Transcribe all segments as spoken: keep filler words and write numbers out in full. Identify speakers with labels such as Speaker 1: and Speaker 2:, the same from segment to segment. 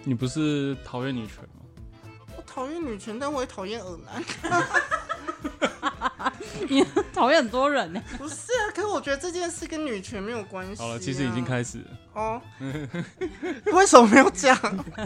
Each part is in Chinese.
Speaker 1: 你不是讨厌女权吗？
Speaker 2: 我讨厌女权，但我也讨厌耳男。
Speaker 3: 你讨厌很多人呢、
Speaker 2: 欸？不是啊，可是我觉得这件事跟女权没有关系、啊。
Speaker 1: 好了，其实已经开始了。
Speaker 2: 哦，为什么没有讲？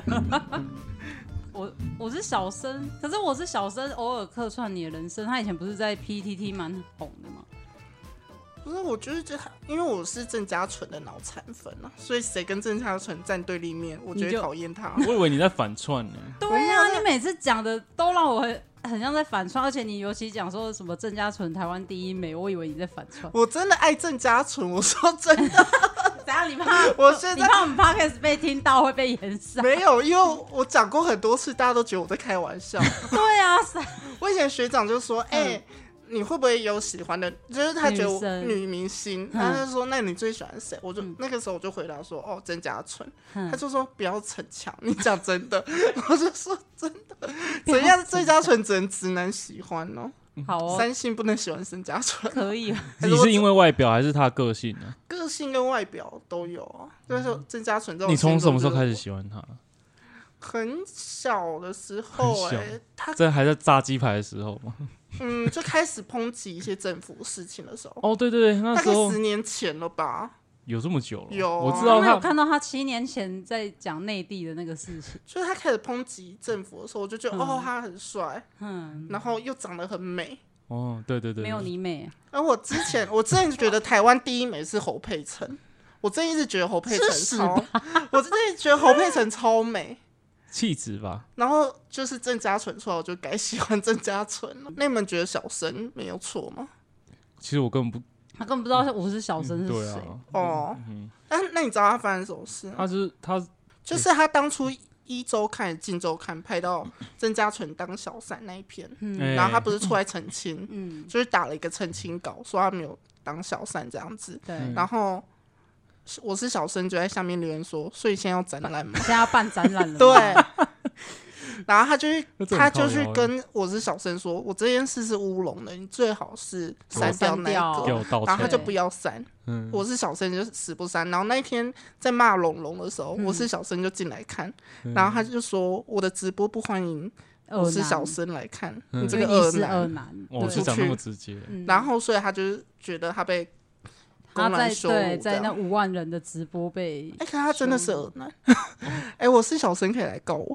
Speaker 3: 我我是小生，可是我是小生，偶尔客串你的人生。他以前不是在 P T T 蛮红的吗？
Speaker 2: 不是，我就是觉得，因为我是郑家纯的脑残粉啊，所以谁跟郑家纯站对立面，我就会讨厌他。
Speaker 1: 我以为你在反串呢。
Speaker 3: 对啊，你每次讲的都让我很很像在反串，而且你尤其讲说什么郑家纯台湾第一美，我以为你在反串。
Speaker 2: 我真的爱郑家纯，我说真的。
Speaker 3: 怎样？你怕
Speaker 2: 我现在
Speaker 3: 你怕我们 podcast 被听到会被延上？
Speaker 2: 没有，因为我讲过很多次，大家都觉得我在开玩笑。
Speaker 3: 对啊，
Speaker 2: 我以前学长就说：“哎、欸。嗯你会不会有喜欢的？就是他觉得我女明星，他就说：“那你最喜欢谁？”我就、嗯、那个时候我就回答说：“哦，郑家纯。嗯”他就说：“不要逞强，你讲真的。”我就说：“真的，怎样郑家纯只能直男喜欢哦？
Speaker 3: 好哦，
Speaker 2: 三性不能喜欢郑家纯，
Speaker 3: 可以啊？
Speaker 1: 你是因为外表还是他的个性呢、啊？
Speaker 2: 个性跟外表都有啊。就是说郑家纯这种，
Speaker 1: 你从什么时候开始喜欢他？
Speaker 2: 很小的时候、欸，哎，他
Speaker 1: 这还在炸鸡排的时候吗？
Speaker 2: 嗯，就开始抨击一些政府事情的时候。
Speaker 1: 哦，对对对，那时候
Speaker 2: 大概十年前了吧？
Speaker 1: 有这么久了？
Speaker 2: 有、啊，
Speaker 1: 我知道他。
Speaker 3: 有看到他七年前在讲内地的那个事情，
Speaker 2: 就是他开始抨击政府的时候，我就觉得、嗯、哦，他很帅，嗯，然后又长得很美。
Speaker 1: 哦，对对 对, 對，
Speaker 3: 没有你美。
Speaker 2: 而我之前，我之前觉得台湾第一美是侯佩岑，我真的一直觉得侯佩岑超，我真的觉得侯佩岑超美。
Speaker 1: 气质吧，
Speaker 2: 然后就是郑家纯出来，我就改喜欢郑家纯了。那你们觉得小生没有错吗？
Speaker 1: 其实我根本不，
Speaker 3: 他根本不知道我是小生是谁、
Speaker 1: 嗯
Speaker 2: 啊、哦。嗯、那那你知道他发生什么事？
Speaker 1: 他是他
Speaker 2: 就是他当初一周刊、镜周刊拍到郑家纯当小三那一篇，嗯、然后他不是出来澄清，嗯、就是打了一个澄清稿，说他没有当小三这样子。
Speaker 3: 对，
Speaker 2: 然后。我是小生就在下面留言说，所以现在要展览吗？
Speaker 3: 现在要办展览了。
Speaker 2: 对，然后他就去，他就去跟我是小生说，我这件事是乌龙的，你最好是删掉那个，然后他就不要删。我是小生就死不删。然后那一天在骂龙龙的时候，嗯、我是小生就进来看，嗯、然后他就说我的直播不欢迎。我是小生来看，
Speaker 1: 嗯、
Speaker 2: 你这个恶男，
Speaker 3: 恶男，
Speaker 1: 我是讲那么直接。
Speaker 2: 嗯、然后所以他就觉得他被。
Speaker 3: 他在对在那五万人的直播被，
Speaker 2: 哎、欸，可他真的是恶男，哎、欸，我是小生可以来告我。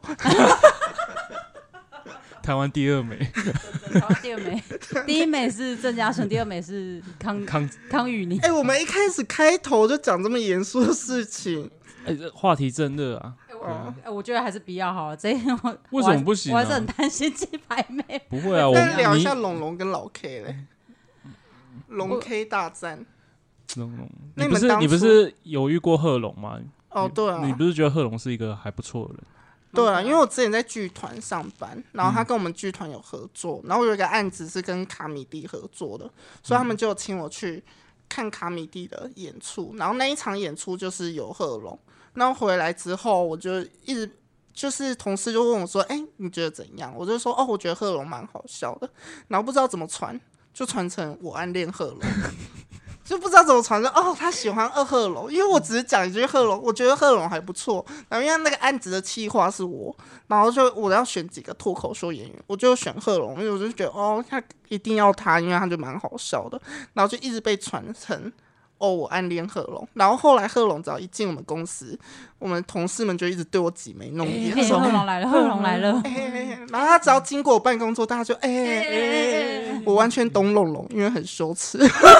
Speaker 1: 台湾第二美，
Speaker 3: 台湾第二美，第一美是郑家纯，第二美是康康康宇宁。
Speaker 2: 哎、欸，我们一开始开头就讲这么严肃的事情，
Speaker 1: 哎、欸，话题真热啊。
Speaker 3: 哎、欸欸，我觉得还是比较好。这我
Speaker 1: 为什么不行、啊？
Speaker 3: 我还是很担心鸡排妹。
Speaker 1: 不会啊，我
Speaker 2: 们聊一下龙龙跟老 K 嘞，龙 K 大战。
Speaker 1: 龙龙，你不是你不是有遇过贺龙吗？
Speaker 2: 哦，对啊，
Speaker 1: 你不是觉得贺龙是一个还不错的人？
Speaker 2: 对啊，因为我之前在剧团上班，然后他跟我们剧团有合作，嗯、然后有一个案子是跟卡米蒂合作的，所以他们就请我去看卡米蒂的演出，然后那一场演出就是有贺龙，然后回来之后我就一直就是同事就问我说：“哎、欸，你觉得怎样？”我就说：“哦，我觉得贺龙蛮好笑的。”然后不知道怎么传，就传成我暗恋贺龙。就不知道怎么传说哦，他喜欢二贺龙，因为我只是讲一句贺龙，我觉得贺龙还不错。然后因为那个案子的企划是我，然后就我要选几个脱口秀演员，我就选贺龙，因为我就觉得哦，他一定要他，因为他就蛮好笑的。然后就一直被传成哦，我暗恋贺龙。然后后来贺龙只要一进我们公司，我们同事们就一直对我挤眉弄眼，
Speaker 3: 说贺龙来了，贺龙来了。
Speaker 2: 欸欸欸、然后他只要经过我办公桌，大家就哎哎哎，我完全懂龙龙，因为很羞耻。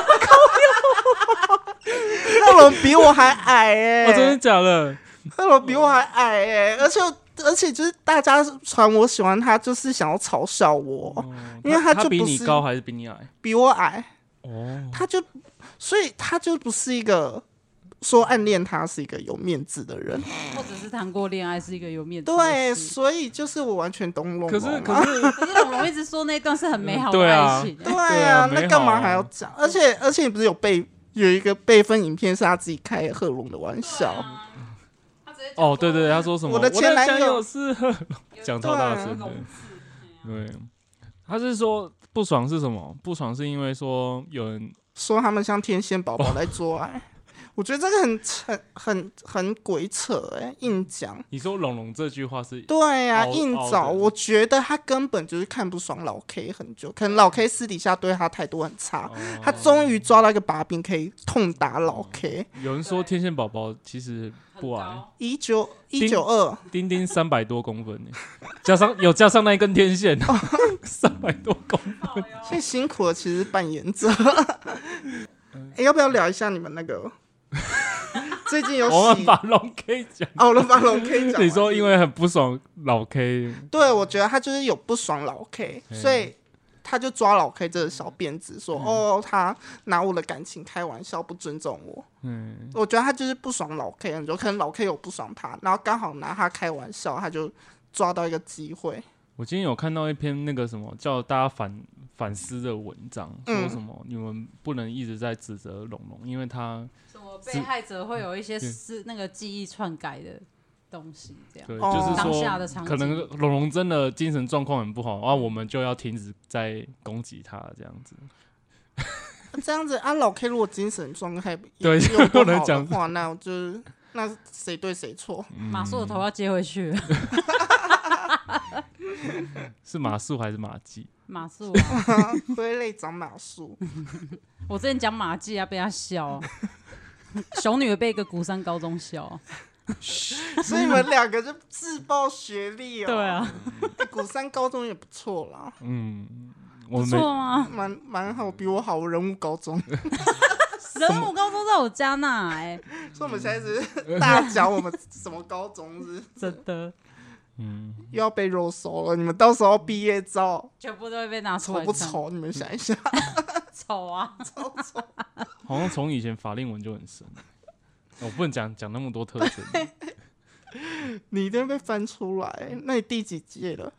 Speaker 2: 贺龙比我还矮哎、欸！
Speaker 1: 哦，真的假的？
Speaker 2: 贺龙比我还矮哎、欸，而且而且就是大家传我喜欢他，就是想要嘲笑我，哦、因为
Speaker 1: 他
Speaker 2: 就不是
Speaker 1: 比你高还是比你矮？
Speaker 2: 比我矮
Speaker 1: 哦，
Speaker 2: 他就所以他就不是一个说暗恋他是一个有面子的人，
Speaker 3: 或者是谈过恋爱是一个有面子的。
Speaker 2: 对，所以就是我完全懂龙龙、啊。
Speaker 1: 可是可是
Speaker 3: 可是龙龙一直说那段是很美好的爱情、欸，
Speaker 2: 对啊，对啊，那干嘛还要讲？而且而且你不是有备有一个备份影片是他自己开贺龙的玩笑。
Speaker 1: 哦，对对，他说什么？
Speaker 2: 我的前男友
Speaker 1: 是贺龙，讲超大声的。对，他是说不爽是什么？不爽是因为说有人
Speaker 2: 说他们像天线宝宝在做爱。 我觉得这个很很很很鬼扯哎、欸，硬讲。
Speaker 1: 你说龙龙这句话是
Speaker 2: 对啊，
Speaker 1: 凹
Speaker 2: 硬
Speaker 1: 凹
Speaker 2: 找，
Speaker 1: 的
Speaker 2: 我觉得他根本就是看不爽老 K 很久，可能老 K 私底下对他态度很差，
Speaker 1: 哦
Speaker 2: 他终于抓到一个把柄，可以痛打老 K。
Speaker 1: 有人说天线宝宝其实不矮，
Speaker 3: 很高
Speaker 2: 一九一九二，
Speaker 1: 丁丁三百多公分呢，加上有加上那一根天线，三百多公分。
Speaker 2: 最辛苦的其实是扮演者。哎、要不要聊一下你们那个最近有
Speaker 1: 我们
Speaker 2: 洗
Speaker 1: 把龙 K 讲，
Speaker 2: 哦，我们把龙 K 讲完。
Speaker 1: 你说因为很不爽老 K，
Speaker 2: 对，我觉得他就是有不爽老 K，
Speaker 1: 嗯
Speaker 2: 所以他就抓老 K 这个小辫子说，
Speaker 1: 嗯
Speaker 2: 哦，他拿我的感情开玩笑，不尊重我。
Speaker 1: 嗯，
Speaker 2: 我觉得他就是不爽老 K 很久，可能老 K 有不爽他，然后刚好拿他开玩笑，他就抓到一个机会。
Speaker 1: 我今天有看到一篇那个什么叫大家反反思的文章，
Speaker 2: 嗯
Speaker 1: 说什么你们不能一直在指责龙龙，因为他
Speaker 3: 什么被害者会有一些是那个记忆篡改的东西，这样
Speaker 1: 对，
Speaker 2: 哦
Speaker 1: 就是
Speaker 3: 当下的场景
Speaker 1: 说可能龙龙真的精神状况很不好，然后我们就要停止再攻击他这样子。
Speaker 2: 这样子啊，老 K 如果精神状态
Speaker 1: 对
Speaker 2: 也有不
Speaker 1: 不能讲
Speaker 2: 好的话，那我就是那谁对谁错？
Speaker 3: 马术的头要接回去了，
Speaker 1: 是马术还是马季？
Speaker 3: 马术啊，
Speaker 2: 挥泪长马术。
Speaker 3: 我之前讲马季啊，被他笑啊，熊女被一个古山高中笑啊，
Speaker 2: 所以你们两个就自爆学历哦。
Speaker 3: 对啊，
Speaker 2: 欸古山高中也不错啦，
Speaker 1: 嗯，我
Speaker 3: 不
Speaker 1: 们
Speaker 3: 错吗？
Speaker 2: 蛮蛮好，比我好。我人物高中，
Speaker 3: 人武高中在我家那哎，
Speaker 2: 所以我们现在是大讲我们什么高中是
Speaker 3: 真的
Speaker 1: 嗯，
Speaker 2: 又要被肉收了。你们到时候毕业照
Speaker 3: 全部都会被拿出来看？
Speaker 2: 丑不丑？你们想一下，
Speaker 3: 丑啊！
Speaker 1: 好像从以前法令纹就很深，我不能讲讲那么多特征。
Speaker 2: 你一定会被翻出来。那你第几届了？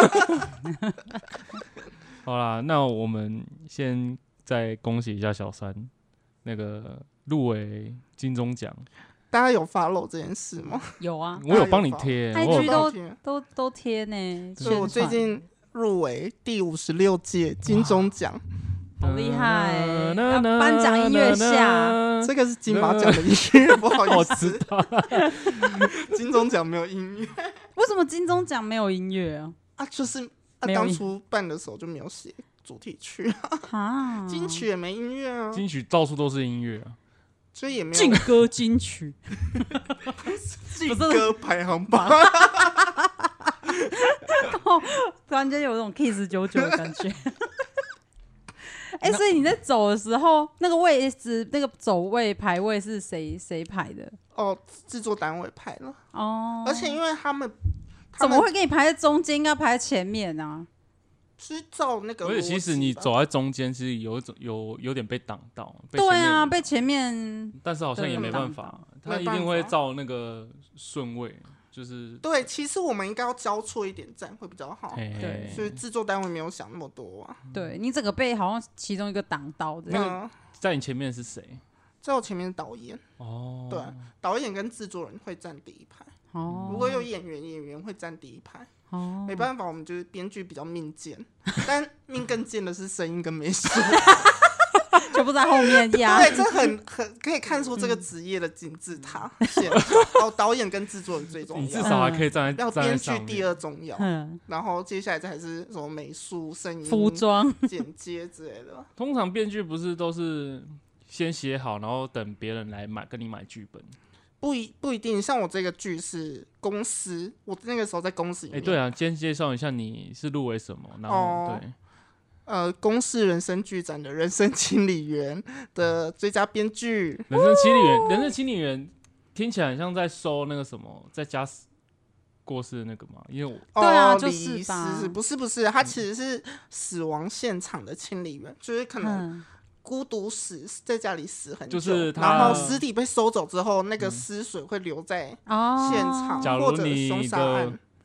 Speaker 1: 好啦，那我们先再恭喜一下小三，那个入围金钟奖，
Speaker 2: 大家有 follow 这件事吗？
Speaker 3: 有啊，
Speaker 1: 我有帮你贴，我有
Speaker 3: ，I G 都
Speaker 2: 贴
Speaker 3: 都都贴呢。
Speaker 2: 所以我最
Speaker 3: 宣传
Speaker 2: 近入围第五十六届金钟奖，
Speaker 3: 好厉害欸，要颁奖音乐下，
Speaker 2: 这个是金马奖的音乐，不好
Speaker 1: 我
Speaker 2: 意思
Speaker 1: 知，道，
Speaker 2: 金钟奖没有音乐
Speaker 3: 为什么金钟奖没有音乐啊？
Speaker 2: 啊，就是啊，
Speaker 3: 没有音
Speaker 2: 当初办的时候就没有写主题曲，
Speaker 3: 啊，
Speaker 2: 金曲也没音乐啊，
Speaker 1: 金曲到处都是音乐啊，
Speaker 2: 所以也没有
Speaker 3: 劲歌金曲，
Speaker 2: 劲歌排行榜。
Speaker 3: 突然间有那种 kiss 九九的感觉。哎、欸，所以你在走的时候，那个位置、那个走位排位是谁谁排的？
Speaker 2: 哦，制作单位排了
Speaker 3: 哦，
Speaker 2: 而且因为他们他们
Speaker 3: 怎么会给你排在中间，应该排在前面啊？
Speaker 2: 是照那个逻辑吧，
Speaker 1: 而且其实你走在中间，其实有一种有有点被挡到，被
Speaker 3: 对
Speaker 1: 前面
Speaker 3: 啊，被前面
Speaker 1: 但是好像也没办法，他一定会照那个顺位，就是
Speaker 2: 对，其实我们应该要交错一点站会比较好。
Speaker 3: 对
Speaker 2: 所以制作单位没有想那么多啊。
Speaker 3: 对你整个被好像其中一个挡到的。
Speaker 2: 嗯，
Speaker 1: 在你前面是谁？
Speaker 2: 在我前面是导演，
Speaker 1: 哦，
Speaker 2: 对，导演跟制作人会站第一排。
Speaker 3: 哦，
Speaker 2: 如果有演员，演员会站第一排。
Speaker 3: 哦，
Speaker 2: 没办法，我们就是编剧比较命贱，但命更贱的是声音跟美术。
Speaker 3: 全部在后面压。
Speaker 2: 对，这很很可以看出这个职业的金字塔线。哦，导演跟制作人最重
Speaker 1: 你至
Speaker 2: 要，
Speaker 1: 少还可以站在
Speaker 2: 要
Speaker 1: 站在
Speaker 2: 编剧第
Speaker 1: 上面。
Speaker 2: 二重要，
Speaker 3: 嗯，
Speaker 2: 然后接下来才是什么美术、声音、
Speaker 3: 服装。
Speaker 2: 剪接之类的。
Speaker 1: 通常编剧不是都是先写好，然后等别人来买跟你买剧本？
Speaker 2: 不一不一定，像我这个剧是公司，我那个时候在公司里
Speaker 1: 哎、
Speaker 2: 面，
Speaker 1: 对啊，先介绍一下你是入围什么，然后、
Speaker 2: 哦
Speaker 1: 对，
Speaker 2: 呃，公视人生剧展的人生清理员的最佳编剧，
Speaker 1: 人生清理员，人生清理员听起来很像在收那个什么，在家死过世的那个嘛，因为我
Speaker 2: 哦，
Speaker 3: 对啊就
Speaker 2: 礼仪
Speaker 3: 是吧
Speaker 2: 师是不是不是？他其实是死亡现场的清理员，就是可能
Speaker 3: 嗯，
Speaker 2: 孤独死，在家里死很久，
Speaker 1: 就是他
Speaker 2: 然后尸体被收走之后，那个尸水会留在
Speaker 3: 哦，
Speaker 2: 现场，
Speaker 1: 假如
Speaker 2: 或者
Speaker 1: 你
Speaker 2: 凶杀
Speaker 1: 的
Speaker 2: 案。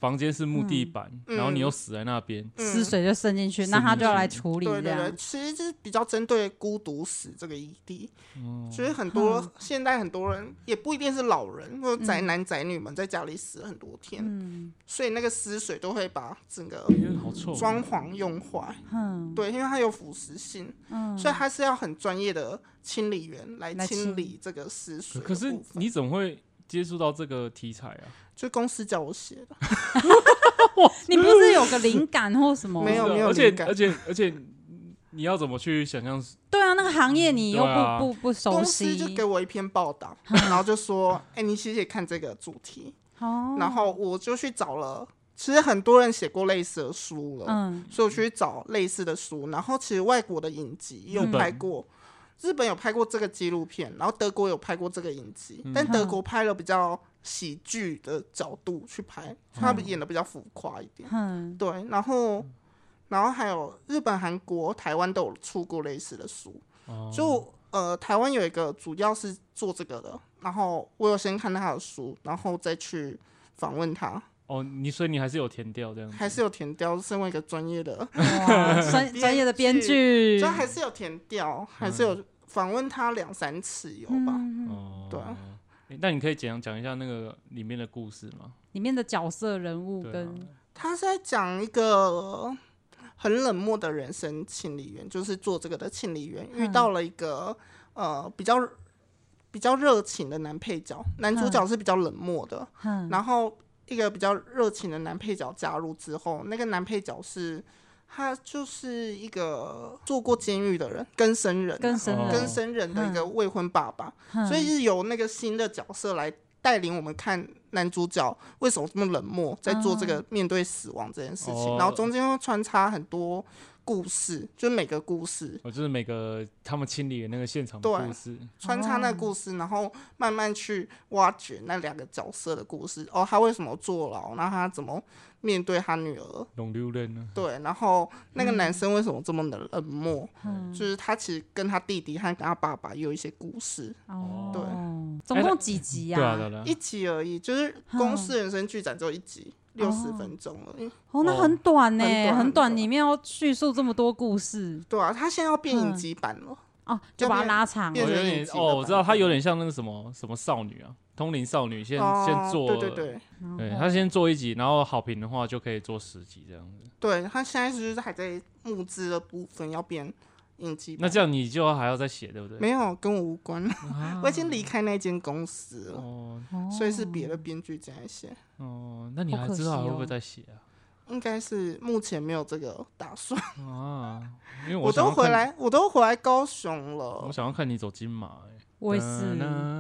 Speaker 1: 房间是木地板，
Speaker 2: 嗯、
Speaker 1: 然后你又死在那边，
Speaker 2: 嗯、
Speaker 3: 湿水就渗进去，那他就要来处理这样。
Speaker 2: 对对对，其实就是比较针对孤独死这个议题。嗯，所以很多、嗯、现在很多人也不一定是老人或者宅男宅女们在家里死了很多天，嗯，所以那个湿水都会把整个装潢用坏。嗯，对，因为它有腐蚀性，嗯，所以它是要很专业的清理员来清理这个湿水。
Speaker 1: 可是你怎么会接触到这个题材啊？
Speaker 2: 就公司叫我写的。
Speaker 3: 你不是有个灵感或什么？
Speaker 2: 没有没有
Speaker 1: 灵感，而且而且而且你要怎么去想象？
Speaker 3: 对啊，那个行业你又不、啊、不不熟悉。
Speaker 2: 公司就给我一篇报道，然后就说：“哎、欸，你写写看这个主题。”哦，然后我就去找了。其实很多人写过类似的书了，嗯，所以我去找类似的书。然后其实外国的影集也有拍过。日本有拍过这个纪录片，然后德国有拍过这个影集，嗯、但德国拍了比较喜剧的角度去拍，他们演的比较浮夸一点。嗯，对，然后，然后还有日本、韩国、台湾都有出过类似的书。哦、就呃，台湾有一个主要是做这个的，然后我有先看他的书，然后再去访问他。
Speaker 1: 哦，你所以你还是有填掉这样子，
Speaker 2: 还是有填掉，身为一个专业的
Speaker 3: 专专业的编剧，
Speaker 2: 所以还是有填掉，还是有访问他两三次有吧？嗯、哦，对啊。
Speaker 1: 那你可以讲讲一下那个里面的故事吗？
Speaker 3: 里面的角色人物跟、啊、
Speaker 2: 他是在讲一个很冷漠的人生清理员，就是做这个的清理员，遇到了一个呃比较比较热情的男配角，男主角是比较冷漠的，嗯、然后。一个比较热情的男配角加入之后，那个男配角是他就是一个做过监狱的人，更生人、啊，
Speaker 3: 更生人，
Speaker 2: 更生人的一个未婚爸爸，嗯、所以是由那个新的角色来带领我们看男主角为什么这么冷漠，在做这个面对死亡这件事情，嗯、然后中间会穿插很多故事，就是每个故事，
Speaker 1: 哦，就是每个他们清理的那个现场的故事，
Speaker 2: 穿插那个故事，然后慢慢去挖掘那两个角色的故事。哦，他为什么坐牢？然后他怎么面对他女儿？
Speaker 1: 龙溜人呢？
Speaker 2: 对，然后那个男生为什么这么的冷漠？嗯、就是他其实跟他弟弟和跟他爸爸也有一些故事。哦，对，
Speaker 3: 总共几集呀、啊
Speaker 1: 欸？对啊，对啊，
Speaker 2: 一集而已，就是公司人生剧展只有一集。六十分钟而已。
Speaker 3: 哦，那很短呢、欸，很短，里面要叙述这么多故事。
Speaker 2: 对啊，他现在要变影集版了。
Speaker 3: 嗯、哦，就把它拉长了。
Speaker 2: 变成影集版
Speaker 1: 哦，我知道，他有点像那个什么什么少女啊，通灵少女先、哦、先做，
Speaker 2: 对对对，
Speaker 1: 对他先做一集，然后好评的话就可以做十集这样子。
Speaker 2: 对他现在就是还在募资的部分要变影集版。
Speaker 1: 那这样你就还要再写，对不对？
Speaker 2: 没有，跟我无关。啊、我已经离开那间公司了，哦、所以是别的编剧进来写。
Speaker 1: 哦，那你还知道还会不会再写啊？
Speaker 2: 应该是目前没有这个打算
Speaker 1: 啊，因为 我,
Speaker 2: 我都回来，我都回来高雄了。
Speaker 1: 我想要看你走金马、欸，
Speaker 3: 我也是。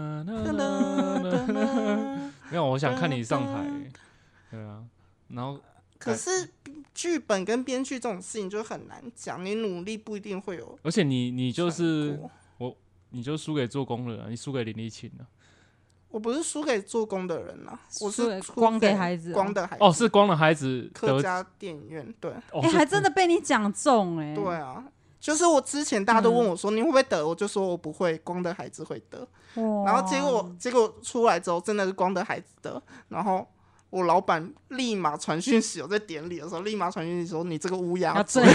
Speaker 1: 没有，我想看你上台、欸，对啊。然后，
Speaker 2: 可是剧本跟编剧这种事情就很难讲，你努力不一定会有。
Speaker 1: 而且你你就是我，你就输给做工的人，你输给林立青了。
Speaker 2: 我不是输给做工的人啊，我是
Speaker 3: 光给孩子、啊，
Speaker 2: 光的孩子
Speaker 1: 哦，是光的孩子，
Speaker 2: 客家电影院对，
Speaker 3: 哎、欸，还真的被你讲中哎、欸，
Speaker 2: 对啊，就是我之前大家都问我说、嗯、你会不会得，我就说我不会，光的孩子会得，然后结果结果出来之后真的是光的孩子得，然后我老板立马传讯息，我在典礼的时候立马传讯息说你这个乌鸦嘴。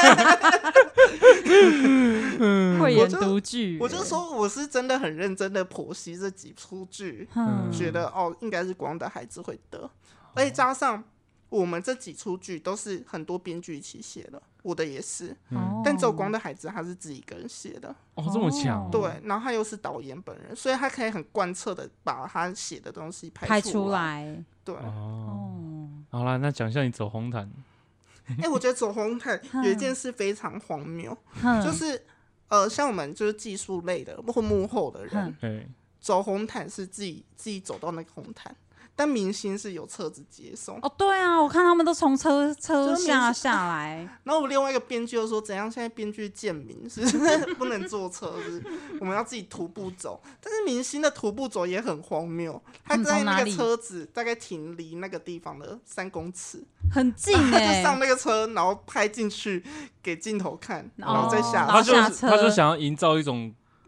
Speaker 3: 慧眼独具，
Speaker 2: 我就说我是真的很认真的剖析这几出剧、嗯，觉得哦应该是光的孩子会得，而且加上我们这几出剧都是很多编剧一起写的，我的也是、嗯，但只有光的孩子他是自己一个人写的，
Speaker 1: 哦这么强，
Speaker 2: 对，然后他又是导演本人，所以他可以很贯彻的把他写的东西拍
Speaker 3: 拍
Speaker 2: 出来，
Speaker 3: 出来
Speaker 2: 对，
Speaker 3: 哦，
Speaker 1: 好啦，那讲一下你走红毯。
Speaker 2: 哎、欸，我觉得走红毯有一件事非常荒谬，就是呃，像我们就是技术类的或幕后的人，走红毯是自己自己走到那个红毯，但明星是有车子接送。
Speaker 3: 哦，对啊，我看他们都从车车下下来。
Speaker 2: 然后我另外一个编剧就说，怎样？现在编剧贱民是不是不能坐车子，我们要自己徒步走。但是明星的徒步走也很荒谬，他在那个车子大概停离那个地方的三公尺，
Speaker 3: 很近哎、
Speaker 2: 欸，他就上那个车，然后拍进去给镜头看，然后再下。
Speaker 1: 他就他就想要营造一种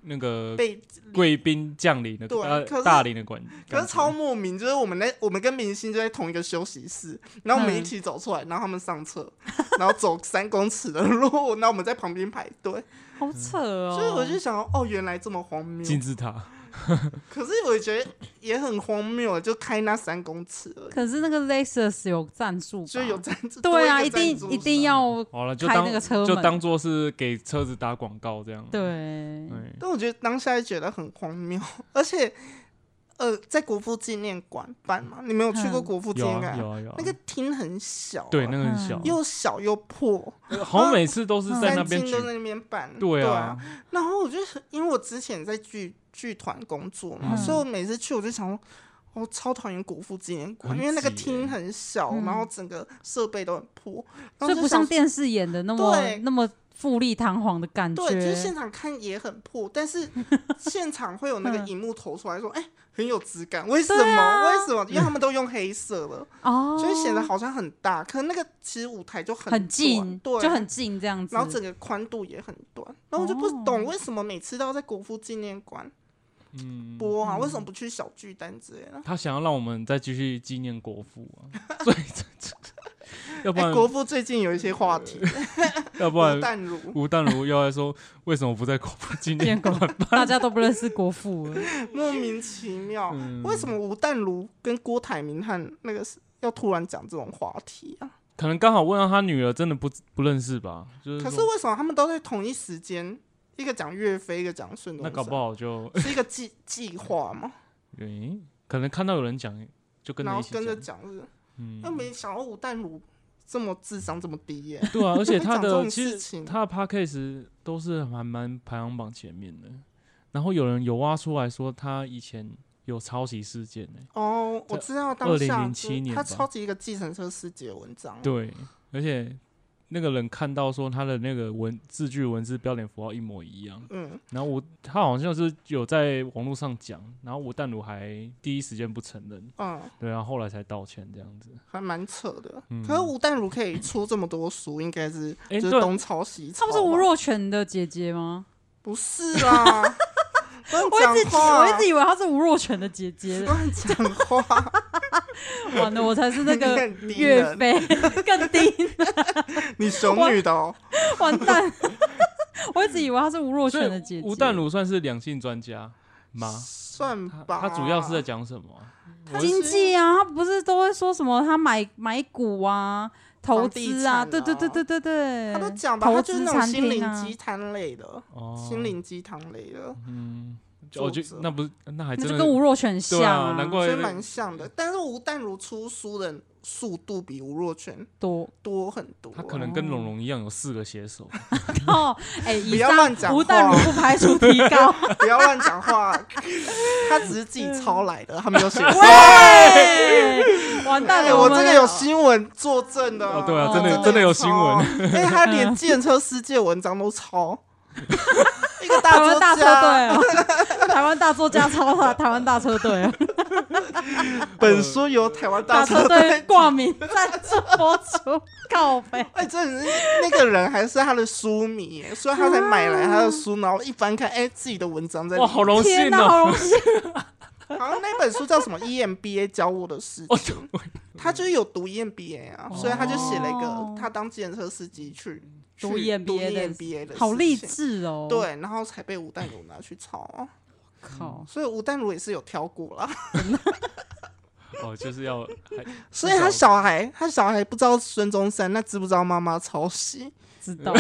Speaker 1: 那个
Speaker 2: 被
Speaker 1: 贵宾降临的
Speaker 2: 对
Speaker 1: 呃
Speaker 2: 可是
Speaker 1: 大领的管，
Speaker 2: 可是超莫名，就是我们在我们跟明星就在同一个休息室，然后我们
Speaker 3: 嗯
Speaker 2: 一起走出来，然后他们上车，然后走三公尺的路，然后我们在旁边排队，
Speaker 3: 好扯哦。
Speaker 2: 所以我就想，哦，原来这么荒谬。
Speaker 1: 金字塔。
Speaker 2: 可是我觉得也很荒谬，就开那三公尺而已，
Speaker 3: 可是那个 Lexus 有赞助吧，
Speaker 2: 就有赞助。
Speaker 3: 对啊，一
Speaker 2: 多个赞助
Speaker 3: 定一定要
Speaker 1: 好了，就
Speaker 3: 开
Speaker 1: 当
Speaker 3: 那个车门
Speaker 1: 就当做是给车子打广告这样。
Speaker 3: 对。
Speaker 1: 对，
Speaker 2: 但我觉得当下就觉得很荒谬，而且呃，在国父纪念馆办嘛，你们有去过国父纪
Speaker 1: 有
Speaker 2: 念馆？
Speaker 1: 啊有啊有啊。
Speaker 2: 那个厅很小、啊，
Speaker 1: 对，那个很小，
Speaker 2: 又小又破，
Speaker 1: 好像每次都是在那边举
Speaker 2: 三金都在那边办。
Speaker 1: 对啊，
Speaker 2: 对啊，然后我就因为我之前在剧剧团工作嘛，
Speaker 3: 嗯
Speaker 2: 所以我每次去我就想说，我超讨厌国父纪念馆，
Speaker 1: 很
Speaker 2: 因为那个
Speaker 1: 挤
Speaker 2: 厅很小，
Speaker 3: 嗯
Speaker 2: 然后整个设备都很破，然后
Speaker 3: 所以不
Speaker 2: 就想
Speaker 3: 像电视演的那么
Speaker 2: 对
Speaker 3: 那么富丽堂皇的感觉。
Speaker 2: 对，就是现场看也很破，但是现场会有那个荧幕投出来说，哎、很有质感。为什么？
Speaker 3: 啊
Speaker 2: 为什么？因为他们都用黑色了，
Speaker 3: 哦，
Speaker 2: 所以显得好像很大，可那个其实舞台就很
Speaker 3: 很近
Speaker 2: 短，对，
Speaker 3: 就很近这样子。
Speaker 2: 然后整个宽度也很短，然后我就不懂
Speaker 3: 哦
Speaker 2: 为什么每次都要在国父纪念馆
Speaker 1: 嗯，
Speaker 2: 播啊？为什么不去小巨蛋之类的？
Speaker 1: 他想要让我们再继续纪念国父啊，所以要不
Speaker 2: 哎、
Speaker 1: 然
Speaker 2: 国父最近有一些话题，
Speaker 1: 要不
Speaker 2: 吴
Speaker 1: 然
Speaker 2: 淡如
Speaker 1: 吴淡如又来说为什么不在国父纪念
Speaker 3: 见过
Speaker 1: 馆？
Speaker 3: 大家都不认识国父了。
Speaker 2: 莫名其妙，
Speaker 1: 嗯
Speaker 2: 为什么吴淡如跟郭台铭和那个要突然讲这种话题啊？
Speaker 1: 可能刚好问到他女儿，真的不不认识吧？就是
Speaker 2: 可是
Speaker 1: 说
Speaker 2: 为什么他们都在同一时间？一个讲岳飞，一个讲孙中山，
Speaker 1: 那搞不好就，
Speaker 2: 是一个计计划吗？
Speaker 1: 诶，可能看到有人讲，就跟着一起
Speaker 2: 然后跟着
Speaker 1: 讲。
Speaker 2: 讲是，
Speaker 1: 嗯
Speaker 2: 又，没想到吴淡如这么智商这么低耶、
Speaker 1: 对啊，而且他
Speaker 2: 会讲这种
Speaker 1: 的其实
Speaker 2: 事情
Speaker 1: 他的 podcast 都是还蛮排行榜前面的。然后有人有挖出来说他以前有抄袭事件呢、
Speaker 2: 哦，我知道当下
Speaker 1: 二零零七年吧
Speaker 2: 他抄袭一个计程车司机的文章，
Speaker 1: 对，而且那个人看到说他的那个文字句文字标点符号一模一样，
Speaker 2: 嗯，
Speaker 1: 然后我他好像是有在网络上讲，然后吴淡如还第一时间不承认，
Speaker 2: 嗯，
Speaker 1: 对，然后后来才道歉这样子。
Speaker 2: 还蛮扯的。
Speaker 1: 嗯
Speaker 2: 可是吴淡如可以出这么多书，应该是
Speaker 1: 诶对
Speaker 2: 就是东抄西抄吧。
Speaker 3: 她不是吴若权的姐姐吗？
Speaker 2: 不是啦，乱
Speaker 3: 我一直
Speaker 2: 讲话，
Speaker 3: 我一直以为她是吴若权的姐姐。
Speaker 2: 乱讲话，
Speaker 3: 完了，我才是那
Speaker 2: 你
Speaker 3: 个
Speaker 2: 很低
Speaker 3: 岳
Speaker 2: 能
Speaker 3: 飞，更低，
Speaker 2: 你熊女的哦。
Speaker 3: 完蛋！我一直以为她是吴若
Speaker 1: 所以
Speaker 3: 权的姐姐。
Speaker 1: 吴淡如算是两性专家吗？
Speaker 2: 算
Speaker 1: 他
Speaker 2: 吧。
Speaker 1: 他主要是在讲什么啊、我
Speaker 3: 经济啊，她不是都会说什么？她买买股啊，投
Speaker 2: 房地
Speaker 3: 资啊，
Speaker 2: 产
Speaker 3: 对对对对对对，
Speaker 2: 他都讲吧，
Speaker 3: 投
Speaker 2: 他就是
Speaker 3: 资餐
Speaker 2: 那种心
Speaker 3: 厅啊
Speaker 2: 灵鸡，汤类的，
Speaker 1: 哦，
Speaker 2: 心灵鸡汤类的，
Speaker 1: 嗯，我觉
Speaker 2: 作者
Speaker 1: 那不是那还
Speaker 3: 那就
Speaker 1: 真的
Speaker 3: 跟吴若权
Speaker 1: 对
Speaker 3: 像
Speaker 1: 啊，难怪
Speaker 2: 所以蛮像的。但是吴淡如出书的速度比吴若权
Speaker 3: 多。
Speaker 2: 多很多。
Speaker 1: 他可能跟龙龙一样有四个写手。
Speaker 3: 哦，哎，
Speaker 2: 不
Speaker 3: 以
Speaker 2: 要乱讲
Speaker 3: 上吴淡如
Speaker 2: 话
Speaker 3: 不排除提高。
Speaker 2: 不要乱讲话，他只是自己抄来的，他没有写错。
Speaker 3: 喂，完蛋
Speaker 2: 哎，
Speaker 3: 了，们
Speaker 2: 我这个有新闻作证的。
Speaker 1: 哦，对啊，
Speaker 3: 哦
Speaker 1: 真的
Speaker 3: 真的
Speaker 1: 真的有新闻。
Speaker 2: 闻，哎，他连计程车司机的文章都抄。一个大作
Speaker 3: 台湾大车
Speaker 2: 家，
Speaker 3: 队哦，台湾大作家抄他，台湾大车队哦，
Speaker 2: 本书由台湾大
Speaker 3: 大车
Speaker 2: 车
Speaker 3: 队挂名赞助播出，靠背。
Speaker 2: 哎，真的是那个人还是他的书迷耶，所以他才买来他的书，然后一翻看，哎，自己的文章在里
Speaker 1: 哇，
Speaker 2: 面。
Speaker 1: 好荣
Speaker 3: 天哪，
Speaker 1: 幸哦！
Speaker 3: 好荣幸！
Speaker 2: 好像那本书叫什么 E M B A 教我的事
Speaker 1: 哦
Speaker 2: 情，他就是有读 E M B A 啊，所以他就写了一
Speaker 3: 哦
Speaker 2: 个他当计程车司机去
Speaker 3: 读
Speaker 2: 去
Speaker 3: E M B A
Speaker 2: 读
Speaker 3: 的
Speaker 2: E M B A 的事
Speaker 3: 好励
Speaker 2: 情，
Speaker 3: 志哦！，
Speaker 2: 对，然后才被吴淡如拿去抄啊，
Speaker 3: 靠，
Speaker 2: 所以吴淡如也是有挑过啦，
Speaker 1: 哦，就是要还
Speaker 2: 所以他小孩他小孩不知道孙中山，那知不知道妈妈抄袭？
Speaker 3: 知道。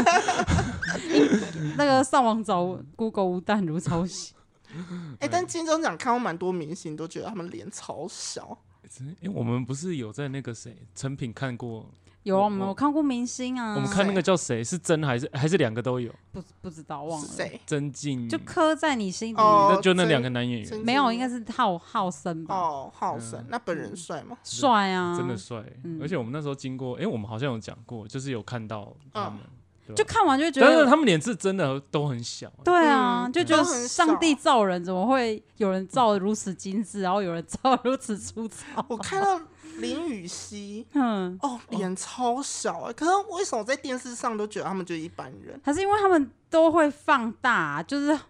Speaker 3: 那个上网找 Google 吴淡如抄袭，
Speaker 2: 哎、但金钟奖看过蛮多明星都觉得他们脸超小，
Speaker 1: 哎，我们不是有在那个谁成品看过？
Speaker 3: 有啊，
Speaker 1: 我
Speaker 3: 我们有看过明星啊，
Speaker 1: 我们看那个叫谁？是真还是还是两个都有？
Speaker 3: 不不知道忘了，
Speaker 2: 谁？
Speaker 1: 曾静
Speaker 3: 就刻在你心里。
Speaker 2: 哦
Speaker 1: 那就那
Speaker 2: 曾
Speaker 1: 两个男演员，
Speaker 2: 曾
Speaker 3: 没有，应该是浩浩森吧？
Speaker 2: 哦，浩森，那本人帅吗？
Speaker 3: 帅啊，
Speaker 1: 真的帅。
Speaker 3: 嗯
Speaker 1: 而且我们那时候经过，哎，我们好像有讲过，就是有看到他们，对吧
Speaker 3: 就看完就会觉
Speaker 1: 但是
Speaker 3: 得，
Speaker 1: 他们脸是真的都很小。
Speaker 3: 对啊，
Speaker 2: 嗯
Speaker 3: 就觉得
Speaker 2: 都很小
Speaker 3: 上帝造人，怎么会有人造的如此精致，然后有人造得如此粗糙？
Speaker 2: 我看到林雨熙，
Speaker 3: 嗯，
Speaker 2: 哦，脸超小哎、可是为什么我在电视上都觉得他们就是一般人？
Speaker 3: 还是因为他们都会放大，就是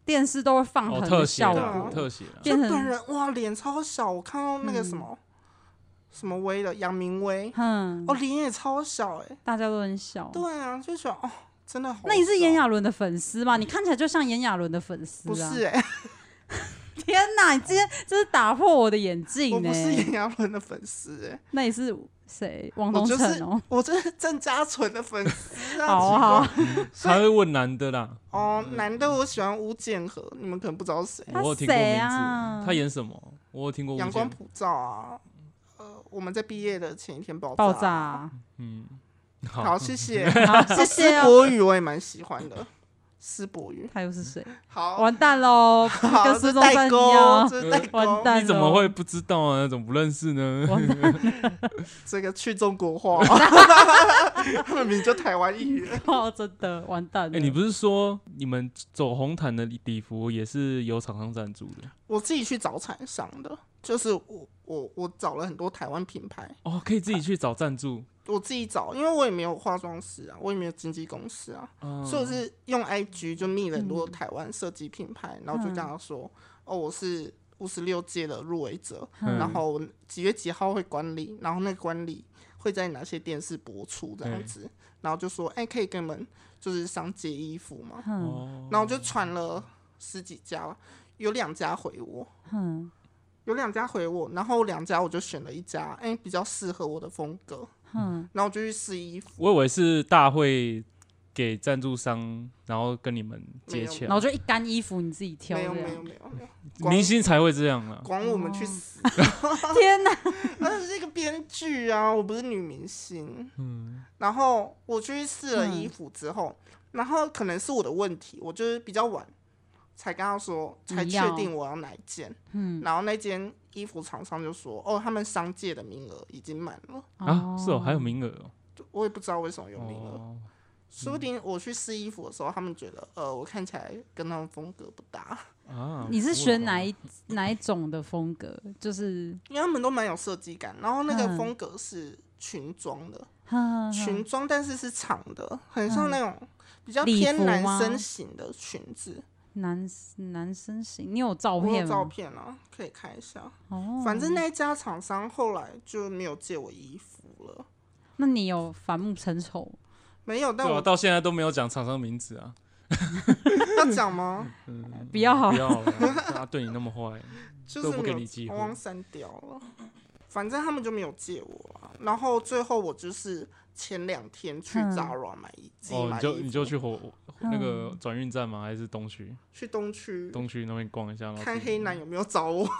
Speaker 3: 电视都会放
Speaker 1: 哦，
Speaker 3: 很
Speaker 1: 特写
Speaker 3: 效
Speaker 1: 啦
Speaker 3: 果，
Speaker 1: 特写啦，
Speaker 2: 就
Speaker 3: 变成
Speaker 2: 本人哇脸超小，我看到那个什么、什么威的杨明威，
Speaker 3: 嗯，
Speaker 2: 哦脸也超小哎、
Speaker 3: 大家都很小。
Speaker 2: 对啊，就觉得哦真的好小。
Speaker 3: 那你是炎亚纶的粉丝吗？你看起来就像炎亚纶的粉丝啊！
Speaker 2: 不是哎、
Speaker 3: 天哪，你今天这是打破我的眼镜
Speaker 2: 我不是炎
Speaker 3: 呢。
Speaker 2: 亚纶的粉丝哎，
Speaker 3: 那你是谁？王东
Speaker 2: 我就是
Speaker 3: 城哦。
Speaker 2: 我这是郑家纯的粉丝啊。
Speaker 3: 好
Speaker 2: 奇怪
Speaker 3: 啊，
Speaker 1: 他会问男的啦，
Speaker 2: 哦，男的我喜欢吴建和，你们可能不知道谁，
Speaker 3: 他
Speaker 1: 我有听过名
Speaker 3: 谁
Speaker 1: 字，
Speaker 3: 啊
Speaker 1: 他演什么？我有听过。
Speaker 2: 阳光普照啊。呃，我们在毕业的前一天爆炸。
Speaker 3: 爆炸啊。
Speaker 1: 嗯，
Speaker 2: 好，谢谢。
Speaker 3: 好，谢
Speaker 2: 施
Speaker 3: 谢哦。
Speaker 2: 柏宇我也蛮喜欢的，施柏宇。
Speaker 3: 他又是谁？
Speaker 2: 好，
Speaker 3: 完蛋喽，
Speaker 2: 好，
Speaker 3: 跟
Speaker 2: 这是代
Speaker 3: 孙中山一
Speaker 2: 沟，
Speaker 3: 样。
Speaker 2: 这是代沟。
Speaker 3: 完蛋
Speaker 1: 你怎么会不知道啊？怎么不认识呢？
Speaker 3: 完蛋
Speaker 2: 这个去中国化，他们名就台湾艺人。
Speaker 3: 哦，真的完蛋了。
Speaker 1: 哎、你不是说你们走红毯的礼服也是有厂商赞助的？
Speaker 2: 我自己去找厂商的，就是我我我找了很多台湾品牌，
Speaker 1: 哦，可以自己去找赞助。
Speaker 2: 我自己找，因为我也没有化妆师啊，我也没有经纪公司啊，
Speaker 1: 嗯、
Speaker 2: 所以我是用 I G 就密了很多台湾设计品牌，然后就跟他说，哦，我是五十六届的入围者，
Speaker 1: 嗯
Speaker 2: 然后几月几号会观礼，然后那个观礼会在哪些电视播出这样子，然后就说，哎、可以跟你们就是上借衣服嘛，
Speaker 1: 哦，
Speaker 2: 然后我就传了十几家，有两家回我，
Speaker 3: 嗯
Speaker 2: 有两家回我，然后两家我就选了一家，哎、比较适合我的风格，
Speaker 3: 嗯，
Speaker 2: 然后我就去试衣服，
Speaker 1: 我以为是大会给赞助商，然后跟你们接洽
Speaker 3: 然，后就一干衣服你自己挑
Speaker 2: 没
Speaker 3: 这样。
Speaker 2: 有没有没有没有，光
Speaker 1: 明星才会这样啊。
Speaker 2: 管我们去死，
Speaker 3: 天哪！
Speaker 2: 那是一个编剧啊，我不是女明星。嗯，然后我去试了衣服之后，然后可能是我的问题，我就是比较晚才跟他说，才确定我要哪一件。嗯，然后那间衣服厂商就说，哦，他们商界的名额已经满了，
Speaker 1: 啊，是哦，还有名额哦。
Speaker 2: 我也不知道为什么有名额。
Speaker 1: 哦
Speaker 2: 说不定我去试衣服的时候，他们觉得，呃，我看起来跟他们风格不搭，
Speaker 1: 啊，
Speaker 3: 你是选哪一哪一种的风格？就是
Speaker 2: 因为他们都蛮有设计感，然后那个
Speaker 3: 嗯
Speaker 2: 风格是裙装的，
Speaker 3: 哼
Speaker 2: 裙装，但是是长的，很像那种比较
Speaker 3: 礼
Speaker 2: 偏男
Speaker 3: 服吗
Speaker 2: 生型的裙子。
Speaker 3: 男男生型，你有照
Speaker 2: 我有照
Speaker 3: 片吗？
Speaker 2: 片啊，可以看一下。
Speaker 3: 哦，
Speaker 2: 反正那一家厂商后来就没有借我衣服了，
Speaker 3: 那你有反目成仇？
Speaker 2: 没有。但
Speaker 1: 对啊，
Speaker 2: 我
Speaker 1: 到现在都没有讲厂商名字啊。
Speaker 2: 要讲吗？
Speaker 3: 不要好
Speaker 1: 不，要了，他对你那么坏，都不
Speaker 2: 就是没有
Speaker 1: 给你机会
Speaker 2: 我忘删掉了。反正他们就没有借我啊。然后最后我就是前两天去
Speaker 3: 嗯
Speaker 2: Zara 买衣，自己
Speaker 1: 哦，
Speaker 2: 买衣服，
Speaker 1: 你就你就去火那个转运站吗？还是东区？
Speaker 2: 去东区
Speaker 1: 东区那边逛一下，然后
Speaker 2: 看
Speaker 1: 自己
Speaker 2: 黑男有没有找我。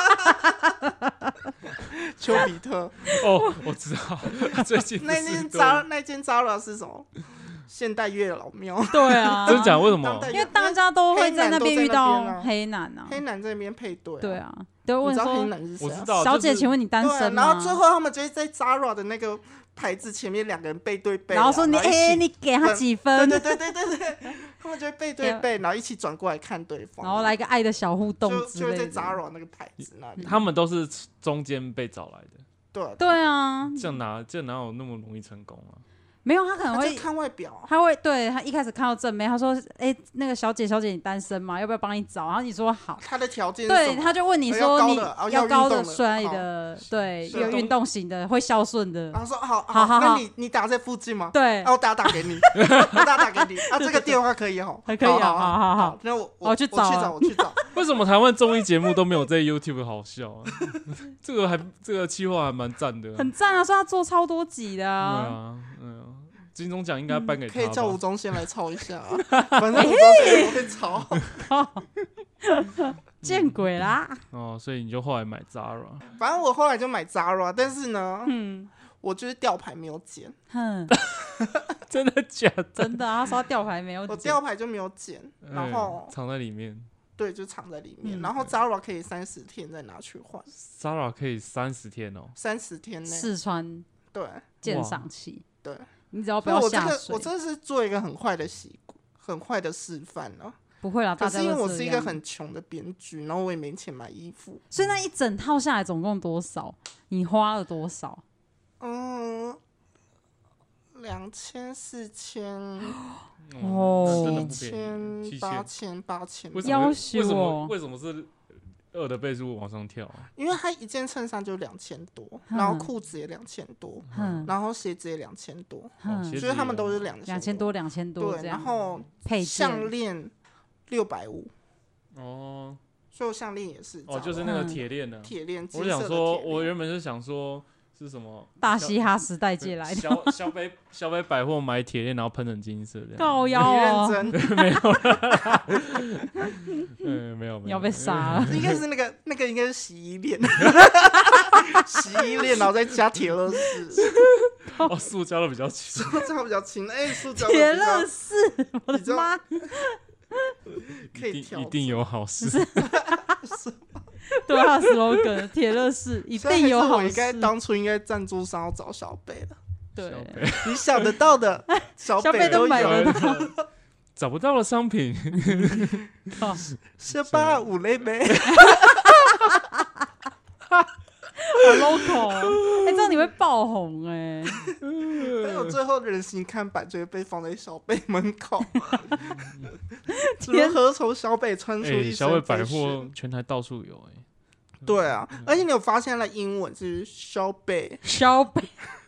Speaker 2: 丘比特
Speaker 1: 哦，我知道，最近不
Speaker 2: 那
Speaker 1: 是都
Speaker 2: 间扎那间 Zara 是什么？现代月老庙。
Speaker 3: 对啊，
Speaker 1: 真假？为什么
Speaker 2: 当？代
Speaker 3: 因为大家都会在那边遇
Speaker 2: 黑男
Speaker 3: 到
Speaker 2: 都在那边啊
Speaker 3: 黑男啊，
Speaker 2: 黑男这边配对、
Speaker 3: 对，啊，都会问
Speaker 2: 你知道黑
Speaker 3: 说，
Speaker 2: 男是谁、啊？
Speaker 1: 我知道，
Speaker 3: 小姐，
Speaker 1: 就是
Speaker 3: 请问你单
Speaker 2: 对啊，
Speaker 3: 身
Speaker 2: 然后最
Speaker 3: 吗？
Speaker 2: 后他们就会在 Zara 的那个牌子前面两个人背对背啊、
Speaker 3: 然后说你
Speaker 2: 一起
Speaker 3: 哎，你给他几
Speaker 2: 对
Speaker 3: 分？
Speaker 2: 对对对对对，他们就会背对背，然后一起转过来看对方，
Speaker 3: 然后来一个爱的小互动
Speaker 2: 就就会在
Speaker 3: 之类的。
Speaker 2: Zara 那个牌子那里。
Speaker 1: 他们都是中间被找来的，
Speaker 2: 对啊
Speaker 3: 对啊，
Speaker 1: 这样哪这哪有那么容易成功啊？
Speaker 3: 没有他可能会
Speaker 2: 他就看外表啊，
Speaker 3: 他会对他一开始看到正妹，他说：“哎、那个小姐，小姐你单身吗？要不要帮你找？”然后你说好，
Speaker 2: 他的条件是什
Speaker 3: 对，
Speaker 2: 么
Speaker 3: 他就问你
Speaker 2: 呃
Speaker 3: 说你
Speaker 2: 要高的哦要
Speaker 3: 要高的、
Speaker 2: 运动的
Speaker 3: 帅
Speaker 2: 好
Speaker 3: 的，对，
Speaker 2: 是
Speaker 3: 有运动型的，会孝顺的
Speaker 2: 然，后说好
Speaker 3: 好好好
Speaker 2: 那你你打在附近吗？
Speaker 3: 对
Speaker 2: 啊，，我打打给你，我打打给你啊，这个电话可以哈，
Speaker 3: 还可以啊
Speaker 2: 好
Speaker 3: 好好好
Speaker 2: 好，那我
Speaker 3: 我去
Speaker 2: 我去
Speaker 3: 找啊
Speaker 2: 找，我去找，
Speaker 1: 为什么台湾综艺节目都没有在 YouTube 好笑啊？这个还这个企划还蛮赞的啊，
Speaker 3: 很赞啊！说他做超多集的
Speaker 1: 对
Speaker 3: 啊，
Speaker 1: 啊，嗯啊，金钟奖应该颁给他吧。
Speaker 2: 可以叫吴宗宪来抄一下啊，反正吴宗宪也会抄。
Speaker 3: 见鬼啦！
Speaker 1: 哦，所以你就后来买 Zara，
Speaker 2: 反正我后来就买 Zara，但是呢，
Speaker 3: 嗯
Speaker 2: 我就是吊牌没有剪，
Speaker 3: 哼，
Speaker 1: 真的假的？
Speaker 3: 真的啊，他说他吊牌没有
Speaker 2: 我
Speaker 3: 剪，
Speaker 2: 吊牌就没有剪，然后
Speaker 1: 哎藏在里面
Speaker 2: 对，就藏在里面，
Speaker 3: 嗯
Speaker 2: 然后 Zara 可以三十天再拿去换，
Speaker 1: ，Zara 可以三十天哦。
Speaker 2: 三十天内，
Speaker 3: 试穿
Speaker 2: 对
Speaker 3: 鉴赏期，
Speaker 2: 对。
Speaker 3: 你只要不
Speaker 2: 所以我这个
Speaker 3: 要下水
Speaker 2: 我，真的是做一个很坏的习惯，很坏的示范了。
Speaker 3: 不会啦，
Speaker 2: 可
Speaker 3: 大家
Speaker 2: 是因为我是一个
Speaker 3: 都这样
Speaker 2: 很穷的编剧，然后我也没钱买衣服，
Speaker 3: 所以那一整套下来总共多少？你花了多少？
Speaker 2: 嗯，两千四千
Speaker 3: 哦
Speaker 1: 那真的不便宜，七
Speaker 2: 八
Speaker 1: 千
Speaker 2: 千八千，
Speaker 1: 为什么？为
Speaker 3: 要求
Speaker 1: 什么？
Speaker 3: 哦
Speaker 1: 为什么是二的倍数往上跳啊？
Speaker 2: 因为它一件衬衫就两千多，
Speaker 3: 嗯
Speaker 2: 然后裤子也两千多，
Speaker 3: 嗯
Speaker 2: 然后鞋子也两千多，
Speaker 1: 哦
Speaker 3: 嗯
Speaker 1: 鞋子
Speaker 2: 所以他们
Speaker 1: 也
Speaker 2: 都是两
Speaker 3: 两千多两千多
Speaker 2: 对，
Speaker 3: 这样，
Speaker 2: 然后
Speaker 3: 配
Speaker 2: 项
Speaker 3: 件
Speaker 2: 链六百五，
Speaker 1: 哦
Speaker 2: 所以我项链也是
Speaker 1: 哦，就是那个
Speaker 3: 嗯
Speaker 1: 铁链的。
Speaker 2: 铁链。
Speaker 1: 我
Speaker 2: 金色的
Speaker 1: 想说，
Speaker 2: 铁链
Speaker 1: 我原本是想说是什么
Speaker 3: 大嘻哈时代借来的，
Speaker 1: 消消费消费百货买铁链，然后喷成金色这样。
Speaker 3: 高
Speaker 2: 你
Speaker 3: 腰哦，
Speaker 2: 认真，
Speaker 1: 没有啦，嗯，没有没有，
Speaker 3: 你要被杀了。
Speaker 2: 应该是那个那个应该是洗衣链，洗衣链，然后再加铁乐士，
Speaker 1: 哦，塑胶的比较轻。
Speaker 2: 塑胶比较轻，哎，塑胶的
Speaker 3: 铁
Speaker 2: 比较
Speaker 3: 乐士，我的
Speaker 2: 比较
Speaker 3: 妈！
Speaker 2: 可以调
Speaker 1: 一定一定有好事。
Speaker 3: 对啊，slogan 铁乐士一
Speaker 2: 所以
Speaker 3: 定有好
Speaker 2: 还是我应该
Speaker 3: 事。
Speaker 2: 当初应该赞助商要找小贝的，
Speaker 3: 对，
Speaker 1: 小贝
Speaker 2: 你想得到的，小
Speaker 3: 小贝都
Speaker 2: 都
Speaker 3: 买
Speaker 2: 有
Speaker 3: 得。
Speaker 1: 找不到的商品，
Speaker 3: 靠
Speaker 2: 是八五类呗，
Speaker 3: 好 local，哎、这样你会爆红哎、
Speaker 2: 还有最后人形看板就会被放在小贝门口，如何从小北穿出
Speaker 1: 哎，
Speaker 2: 一
Speaker 1: 小伟百
Speaker 2: 身飞旋？
Speaker 1: 货全台到处有哎。
Speaker 2: 对啊，而且你有发现它的英文是小北，
Speaker 3: 小北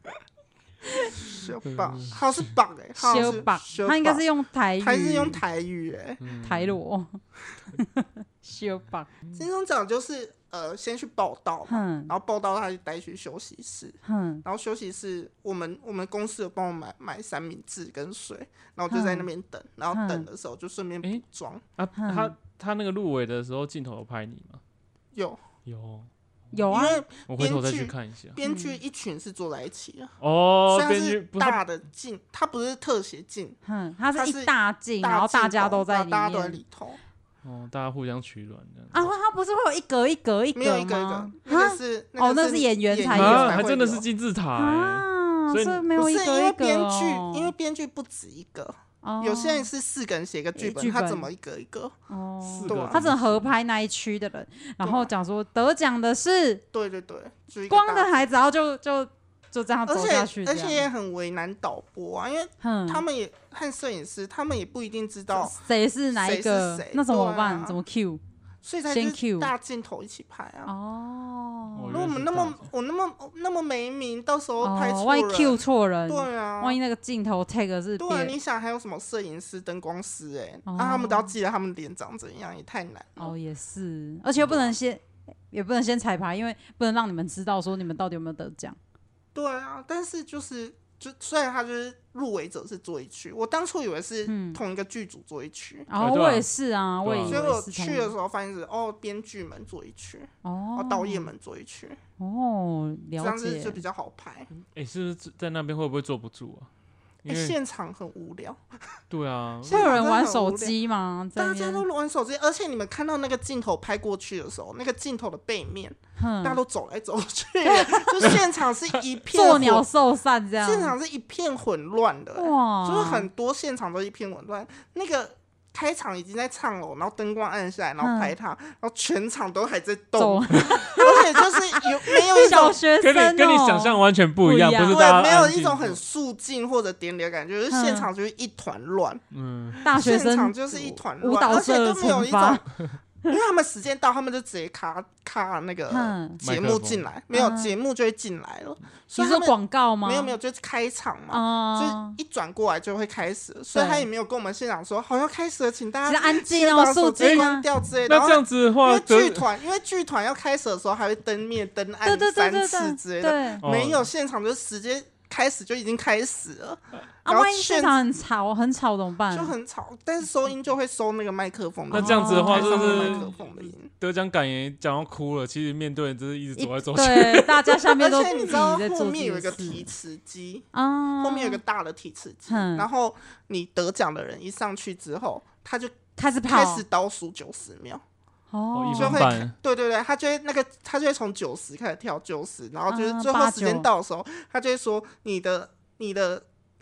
Speaker 2: 小棒，好像是棒哎，好像是
Speaker 3: 小北，
Speaker 2: 小
Speaker 3: 他应该是
Speaker 2: 棒
Speaker 3: 用台语，
Speaker 2: 还是用台语哎。
Speaker 1: 嗯
Speaker 3: 台罗，小北，
Speaker 2: 金钟奖就是呃先去报道嘛，
Speaker 3: 哼
Speaker 2: 然后报道他就带去休息室，
Speaker 3: 哼，
Speaker 2: 然后休息室我们我们公司有帮我买买三明治跟水，然后就在那边等，然后等的时候就顺便补妆，
Speaker 1: 啊，
Speaker 3: 嗯
Speaker 1: 他他那个入围的时候镜头有拍你吗？
Speaker 2: 有
Speaker 1: 有，
Speaker 3: 有啊，
Speaker 2: 因为
Speaker 1: 我回头再
Speaker 2: 编剧
Speaker 1: 去看一下。
Speaker 2: 编剧一群是坐在一起的，
Speaker 1: 哦
Speaker 2: 虽，然是
Speaker 1: 编剧不是
Speaker 2: 大的镜，它不是特写镜，
Speaker 3: 哼，它
Speaker 2: 它是
Speaker 3: 是一大镜，然
Speaker 2: 大
Speaker 3: 后大
Speaker 2: 镜头
Speaker 3: 家都在里
Speaker 2: 然后大家都在
Speaker 3: 面。
Speaker 2: 里头，
Speaker 1: 哦，大家互相取暖这样。
Speaker 3: 啊，它不是会有一格一格一
Speaker 2: 没有一个一个
Speaker 3: 吗？，
Speaker 2: 那个是
Speaker 3: 哦那
Speaker 2: 个
Speaker 3: 是演员才有
Speaker 1: 啊，
Speaker 2: 才会
Speaker 1: 还真的是
Speaker 2: 有
Speaker 1: 金字塔哎。
Speaker 3: 啊，
Speaker 1: 所以
Speaker 3: 所以没有
Speaker 2: 不是因
Speaker 3: 一格一格
Speaker 2: 为编剧，
Speaker 3: 哦
Speaker 2: 因为编剧不止一个，
Speaker 3: 哦
Speaker 2: 有些人是四个人写一个剧本，
Speaker 3: 剧本
Speaker 2: 他怎么一个一个？
Speaker 3: 哦，
Speaker 2: 对啊
Speaker 1: 四个人
Speaker 3: 他只能合拍那一区的人，然后讲说得奖的是
Speaker 2: 对对对，就一个
Speaker 3: 光
Speaker 2: 大
Speaker 3: 的孩子，然后就就就这样
Speaker 2: 而
Speaker 3: 走下去
Speaker 2: 且
Speaker 3: 这样，
Speaker 2: 而且也很为难导播啊，因为
Speaker 3: 哼
Speaker 2: 他们也和摄影师，他们也不一定知道，
Speaker 3: 谁是哪一个
Speaker 2: 谁是谁，
Speaker 3: 那怎么办？
Speaker 2: 对啊
Speaker 3: 怎么 Q？先
Speaker 2: 所以才是
Speaker 3: cue
Speaker 2: 大镜头一起拍啊。
Speaker 3: 哦，
Speaker 2: 如果我们那么我那么我那么没名，到时候拍
Speaker 3: 哦，
Speaker 2: 错
Speaker 3: 万一 Q
Speaker 2: 人，
Speaker 3: 错人，
Speaker 2: 对啊，
Speaker 3: 万一那个镜头 take 是
Speaker 2: 对啊，
Speaker 3: 别
Speaker 2: 你想还有什么摄影师、灯光师哎，
Speaker 3: 哦
Speaker 2: 那他们都要记得他们脸长怎样，也太难了。
Speaker 3: 哦，也是，而且又不能先，也不能先彩排，因为不能让你们知道说你们到底有没有得奖。
Speaker 2: 对啊，但是就是就虽然他就是入围者是做一区，我当初以为是
Speaker 3: 嗯
Speaker 2: 同一个剧组做一区，
Speaker 3: 然后
Speaker 1: 对啊
Speaker 3: 我也是啊，我也以
Speaker 1: 对啊
Speaker 2: 所以我
Speaker 3: 为是同
Speaker 2: 去的时候发现是哦，编剧们做一区，
Speaker 3: 哦
Speaker 2: 哦，导演们做一区，
Speaker 3: 哦，了
Speaker 2: 这样子
Speaker 3: 解
Speaker 2: 就比较好拍。
Speaker 1: 哎，是不是在那边会不会坐不住啊？因
Speaker 2: 哎，
Speaker 1: 为
Speaker 2: 现场很无聊，
Speaker 1: 对啊，
Speaker 3: 会有人玩手机吗？在
Speaker 2: 大家
Speaker 3: 那边
Speaker 2: 都玩手机，而且你们看到那个镜头拍过去的时候，那个镜头的背面，
Speaker 3: 哼
Speaker 2: 大家都走来走去，就现场是一片
Speaker 3: 作
Speaker 2: 混
Speaker 3: 鸟兽散这样，
Speaker 2: 现场是一片混乱的，
Speaker 3: 哇，
Speaker 2: 就是很多现场都一片混乱。那个开场已经在唱了，然后灯光暗下来，然后拍他，然后全场都还在
Speaker 3: 走
Speaker 2: 动，而且就是有没有一
Speaker 3: 小
Speaker 2: 种
Speaker 1: 跟
Speaker 3: 学生哦
Speaker 1: 你跟你想象完全不一样，
Speaker 3: 不一样
Speaker 1: 不是大家
Speaker 2: 对，没有
Speaker 1: 安静
Speaker 2: 一种很肃静或者典礼的感觉，就是现场就是一团乱，
Speaker 1: 嗯，
Speaker 3: 大学
Speaker 2: 现场
Speaker 3: 生
Speaker 2: 就是一团
Speaker 3: 舞
Speaker 2: 乱，而且
Speaker 3: 蹈社的
Speaker 2: 都没有一
Speaker 3: 惩罚
Speaker 2: 种。因为他们时间到，他们就直接卡卡那个
Speaker 3: 哼
Speaker 2: 节目进来，没有
Speaker 3: 嗯
Speaker 2: 节目就会进来了。所
Speaker 3: 你说
Speaker 2: 以他们
Speaker 3: 广告吗？
Speaker 2: 没有没有，就是开场嘛，
Speaker 3: 啊，
Speaker 2: 就是一转过来就会开始了，所以他也没有跟我们现场说好要开始了，请大家
Speaker 3: 其实安静
Speaker 2: 先
Speaker 3: 哦，肃
Speaker 2: 把手机
Speaker 3: 静啊，
Speaker 2: 关掉之类的。然后
Speaker 1: 那这样子的
Speaker 2: 因
Speaker 1: 话，
Speaker 2: 为
Speaker 1: 得
Speaker 2: 剧团，因为剧团要开始的时候还会灯灭灯
Speaker 3: 对
Speaker 2: 暗
Speaker 3: 对对
Speaker 2: 三
Speaker 3: 对
Speaker 2: 次之类的，
Speaker 3: 对，
Speaker 1: 哦
Speaker 2: 没有现场就直接开始就已经开始了，
Speaker 3: 啊，
Speaker 2: 然后
Speaker 3: 万一现场很吵，很吵怎么办？
Speaker 2: 就很吵，但是收音就会收那个麦克风的，
Speaker 1: 那这样子的话
Speaker 2: 台上的
Speaker 1: 就是
Speaker 2: 麦克风的音。
Speaker 1: 得奖感言讲到哭了，其实面对就是一直走来走去。
Speaker 3: 对，大家下面
Speaker 2: 而
Speaker 3: 都
Speaker 2: 且你知道
Speaker 3: 在做
Speaker 2: 后面有一个
Speaker 3: 自己的事
Speaker 2: 提词机，
Speaker 3: 啊，
Speaker 2: 后面有一个大的提词机，
Speaker 3: 嗯
Speaker 2: 然后你得奖的人一上去之后，他就
Speaker 3: 开始跑，
Speaker 2: 开始倒数九十秒，
Speaker 3: 哦
Speaker 1: 一，
Speaker 2: 就会
Speaker 1: 分半
Speaker 2: 对对对，他就会那个他就会从九十开始跳九十，然后就是
Speaker 3: 啊
Speaker 2: 最后时间
Speaker 3: 八九
Speaker 2: 到的时候，他就会说你的你的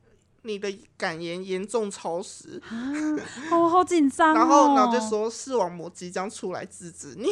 Speaker 2: 你的感言严重超时，
Speaker 3: 哦，好紧张哦。
Speaker 2: 然后然后就说视网膜即将出来制止你，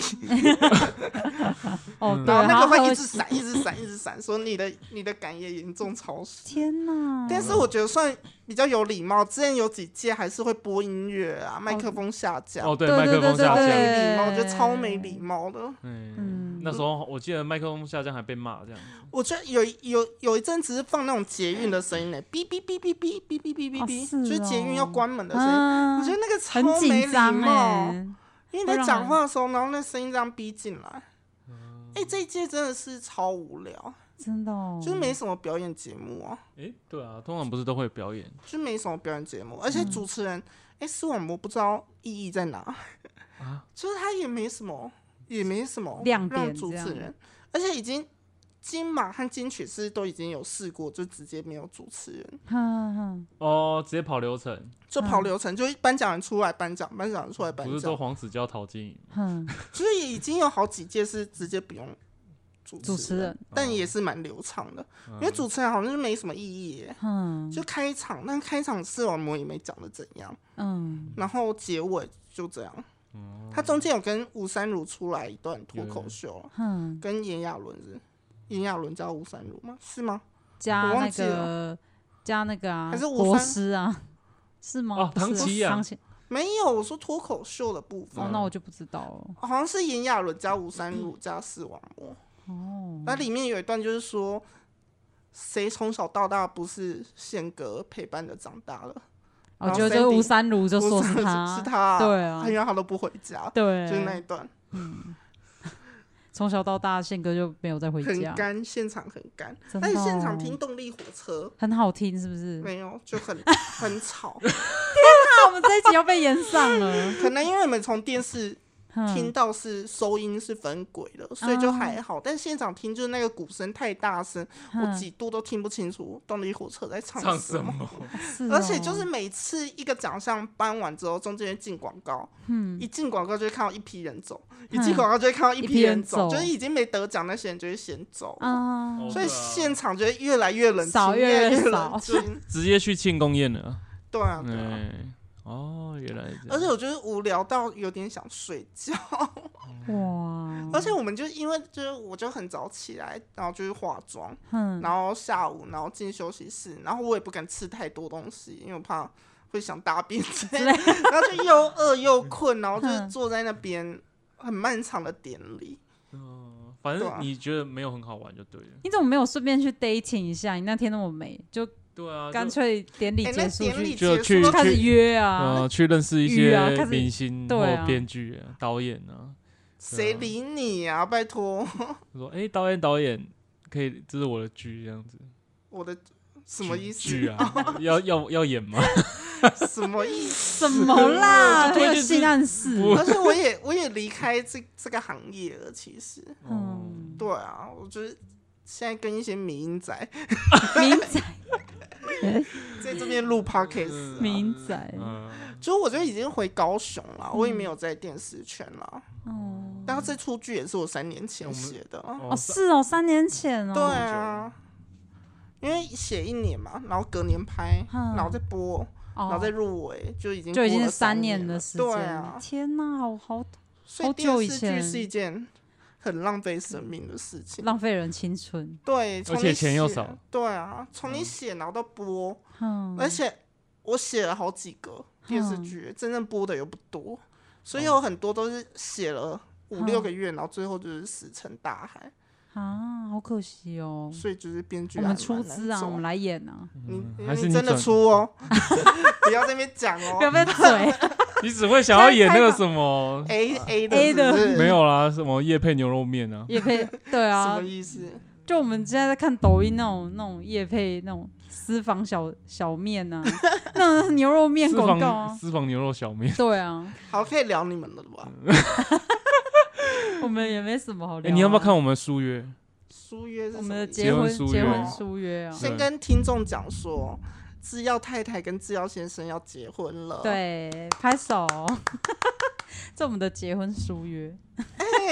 Speaker 3: 哦，对，
Speaker 2: 然后那个会一
Speaker 3: 喝
Speaker 2: 直闪，一直闪，一直闪，说你的你的感言严重超时。
Speaker 3: 天哪！
Speaker 2: 但是我觉得算比较有礼貌，之前有几届还是会播音乐啊，麦克风下降。
Speaker 1: 哦，对，
Speaker 3: 对
Speaker 1: 麦克风下
Speaker 2: 超没
Speaker 1: 降。
Speaker 2: 礼貌，我觉得超没礼貌的。
Speaker 1: 嗯，那时候我记得麦克风下降还被骂这样。
Speaker 2: 我觉得有有有一阵子是放那种捷运的声音呢，哔哔哔哔哔哔哔哔哔哔，就是捷运要关门的声音。我觉得那个超
Speaker 3: 很
Speaker 2: 没礼
Speaker 3: 紧张
Speaker 2: 貌，
Speaker 3: 哎。
Speaker 2: 因为你在讲话的时候，然后那声音这样逼进来。哎，这一届真的是超无聊，
Speaker 3: 真的哦，
Speaker 2: 就是没什么表演节目啊。
Speaker 1: 哎，对啊，通常不是都会表演，
Speaker 2: 就是没什么表演节目，而且主持人，哎，视网膜不知道意义在哪，就是他也没什么，也没什么
Speaker 3: 亮点
Speaker 2: 让主持人，而且已经金马和金曲是都已经有试过，就直接没有主持人，
Speaker 3: 哼哼
Speaker 1: 哦，直接跑流程，
Speaker 2: 就跑流程，就颁奖人出来颁奖，颁奖人出来颁
Speaker 1: 不是说
Speaker 2: 奖，
Speaker 1: 黄子佼、陶晶莹，
Speaker 3: 哼，
Speaker 2: 所以已经有好几届是直接不用主
Speaker 3: 主持人，
Speaker 2: 但也是蛮流畅的，因为主持人好像是没什么意义耶，
Speaker 3: 哼，
Speaker 2: 就开场，但开场视网膜也没讲的怎样，
Speaker 3: 嗯，
Speaker 2: 然后结尾就这样。他中间有跟吴珊如出来一段脱口秀，
Speaker 3: 哼，
Speaker 2: 跟炎亚纶是炎亚纶加吴珊如吗？是吗？
Speaker 3: 加那
Speaker 2: 我忘记
Speaker 3: 个加那个啊，
Speaker 2: 还是吴
Speaker 3: 国
Speaker 2: 珊
Speaker 3: 师啊，是吗？
Speaker 1: 哦
Speaker 3: 不是
Speaker 1: 唐琪阳
Speaker 3: 唐琪
Speaker 2: 没有，我说脱口秀的部分，
Speaker 3: 哦，那我就不知道了。
Speaker 2: 好像是炎亚纶加吴珊如加视网膜。
Speaker 3: 哦，
Speaker 2: 那里面有一段就是说，谁从小到大不是宪哥陪伴的长大了？
Speaker 3: 我
Speaker 2: 然后
Speaker 3: 觉得就是吴
Speaker 2: Sandy-
Speaker 3: 珊如就说
Speaker 2: 吴珊如
Speaker 3: 他，
Speaker 2: 是他，
Speaker 3: 对啊
Speaker 2: 因为他都不回家，
Speaker 3: 对，
Speaker 2: 就是那一段
Speaker 3: 从小到大宪哥就没有再回家，
Speaker 2: 很干，现场很干，
Speaker 3: 真的哦
Speaker 2: 但是现场听动力火车
Speaker 3: 很好听，是不是？
Speaker 2: 没有，就很很吵。
Speaker 3: 那我们这一集要被延上了。
Speaker 2: 可能因为我们从电视听到是收音是分轨的，所以就还好。但现场听就是那个鼓声太大声，我几度都听不清楚动力火车在唱
Speaker 1: 唱
Speaker 2: 什么。
Speaker 1: 什么？
Speaker 3: 是哦
Speaker 2: 而且就是每次一个奖项颁完之后，中间会进广告，嗯，一进广告就会看到一批人走，一进广告就会看到一批人走，
Speaker 3: 一批人走
Speaker 2: 就是已经没得奖那些人就会先走，
Speaker 3: 啊，
Speaker 2: 所以
Speaker 1: 哦对啊
Speaker 2: 现场就会越来越冷清，
Speaker 3: 少越来
Speaker 2: 越来越
Speaker 3: 越少
Speaker 2: 冷清。
Speaker 1: 直接去庆功宴了。
Speaker 2: 对啊，对啊。
Speaker 1: 哎，哦，原来是这样。
Speaker 2: 而且我觉得无聊到有点想睡觉。
Speaker 3: 哇，
Speaker 2: 而且我们就因为就是我就很早起来，然后就是化妆，
Speaker 3: 嗯，
Speaker 2: 然后下午然后进休息室，然后我也不敢吃太多东西，因为我怕会想大便之类的，然后就又饿又困，然后就是坐在那边很漫长的典礼。
Speaker 1: 嗯，反
Speaker 2: 对啊
Speaker 1: 正你觉得没有很好玩就对了。
Speaker 3: 你怎么没有顺便去 dating 一下？你那天那么美，就
Speaker 1: 对啊，
Speaker 3: 干脆典礼
Speaker 2: 哎、那
Speaker 3: 结束
Speaker 2: 典礼
Speaker 3: 去
Speaker 1: 就去
Speaker 2: 结束都
Speaker 3: 就开始约啊，
Speaker 1: 呃，去认识一些
Speaker 3: 约啊开始
Speaker 1: 明星
Speaker 3: 对啊
Speaker 1: 或编剧啊、导演啊。
Speaker 2: 谁理你啊？拜托，
Speaker 1: 他说：“哎，导演，导演，可以，这是我的剧，这样子。
Speaker 2: 我的什么意思？
Speaker 1: 剧啊，要要要演吗？
Speaker 2: 什么意思？
Speaker 3: 什么啦？
Speaker 1: 就推荐
Speaker 3: 很有性暗示，
Speaker 2: 而且我也我也离开这这个行业了，其实，
Speaker 3: 嗯，
Speaker 2: 对啊，我觉得现在跟一些迷音仔
Speaker 3: 明仔，
Speaker 2: 在这边录 podcast，、啊、
Speaker 3: 明仔，
Speaker 1: 嗯，
Speaker 2: 就我觉得已经回高雄了，我也没有在电视圈了。
Speaker 3: 哦，
Speaker 2: 然后这出剧也是我三年前写的，
Speaker 3: 哦，是哦，三年前哦，
Speaker 2: 对啊，因为写一年嘛，然后隔年拍，
Speaker 3: 嗯
Speaker 2: 然后再播，
Speaker 3: 哦
Speaker 2: 然后再入围，就已经
Speaker 3: 就已经是
Speaker 2: 过了三
Speaker 3: 年
Speaker 2: 了
Speaker 3: 的时间，
Speaker 2: 对啊，
Speaker 3: 天哪，好好
Speaker 2: 所以
Speaker 3: 好久以
Speaker 2: 电视剧
Speaker 3: 前
Speaker 2: 是一件很浪费生命的事情。
Speaker 3: 浪费人青春，
Speaker 2: 对，从
Speaker 1: 而且
Speaker 2: 你写
Speaker 1: 钱又少。
Speaker 2: 对啊，从你写然后到播，
Speaker 3: 嗯，
Speaker 2: 而且我写了好几个电视剧，真正播的又不多，所以有很多都是写了五六个月，然后最后就是石沉大海。
Speaker 3: 啊，好可惜哦。
Speaker 2: 所以就是编剧
Speaker 3: 我们
Speaker 2: 还蛮
Speaker 3: 出资啊，
Speaker 2: 难做
Speaker 3: 我们来演啊，
Speaker 2: 你
Speaker 1: 嗯还是你
Speaker 2: 你真的
Speaker 1: 转
Speaker 2: 出哦，不要在那边讲
Speaker 3: 不要
Speaker 2: 哦。
Speaker 3: 被嘴。
Speaker 1: 你只会想要演那个什么
Speaker 2: A A 的
Speaker 3: A 的
Speaker 2: 是不是
Speaker 1: 没有啦，什么叶配牛肉面啊？
Speaker 3: 也可以，对
Speaker 2: 什
Speaker 3: 啊
Speaker 2: 么，意思？
Speaker 3: 就我们现在在看抖音那种那种业配那种私房小小面啊，那种牛肉面
Speaker 1: 私
Speaker 3: 广告
Speaker 1: 房
Speaker 3: 啊，
Speaker 1: 私房牛肉小面。
Speaker 3: 对啊，
Speaker 2: 好，可以聊你们了吧？
Speaker 3: 我们也没什么好聊、
Speaker 1: 哎，
Speaker 3: 啊。
Speaker 1: 你要不要看我们的书约？
Speaker 2: 书约是
Speaker 3: 我们的
Speaker 2: 什么意思？
Speaker 3: 结婚
Speaker 1: 结婚书约
Speaker 3: 结婚书约啊？
Speaker 2: 先跟听众讲说，制药太太跟制药先生要结婚了。，
Speaker 3: 对，拍手，这我们的结婚书约，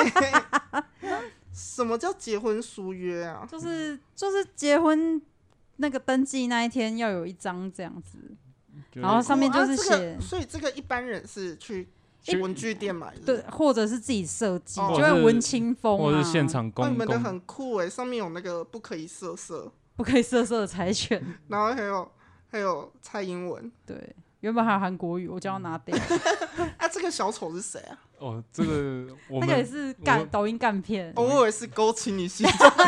Speaker 2: 什么叫结婚书约啊？
Speaker 3: 就是就是结婚那个登记那一天要有一张这样子，
Speaker 1: 就
Speaker 3: 然后上面就是
Speaker 2: 哦啊
Speaker 3: 写、
Speaker 2: 这个所以这个一般人是去文具店买的，
Speaker 3: 对，或者是自己设计，
Speaker 2: 哦
Speaker 3: 就会文青风啊，
Speaker 1: 或者是现场
Speaker 2: 哦，
Speaker 1: 工
Speaker 2: 你们的
Speaker 1: 工
Speaker 2: 很酷哎，上面有那个不可以色色，
Speaker 3: 不可以色色的柴犬。
Speaker 2: 然后还有还有蔡英文，
Speaker 3: 对，原本还有韩国语，我就要拿掉。
Speaker 2: 啊，这个小丑是谁啊？
Speaker 1: 哦，这个我们
Speaker 3: 那个也是干抖音干片，
Speaker 2: 哦，我以为是勾起你心中的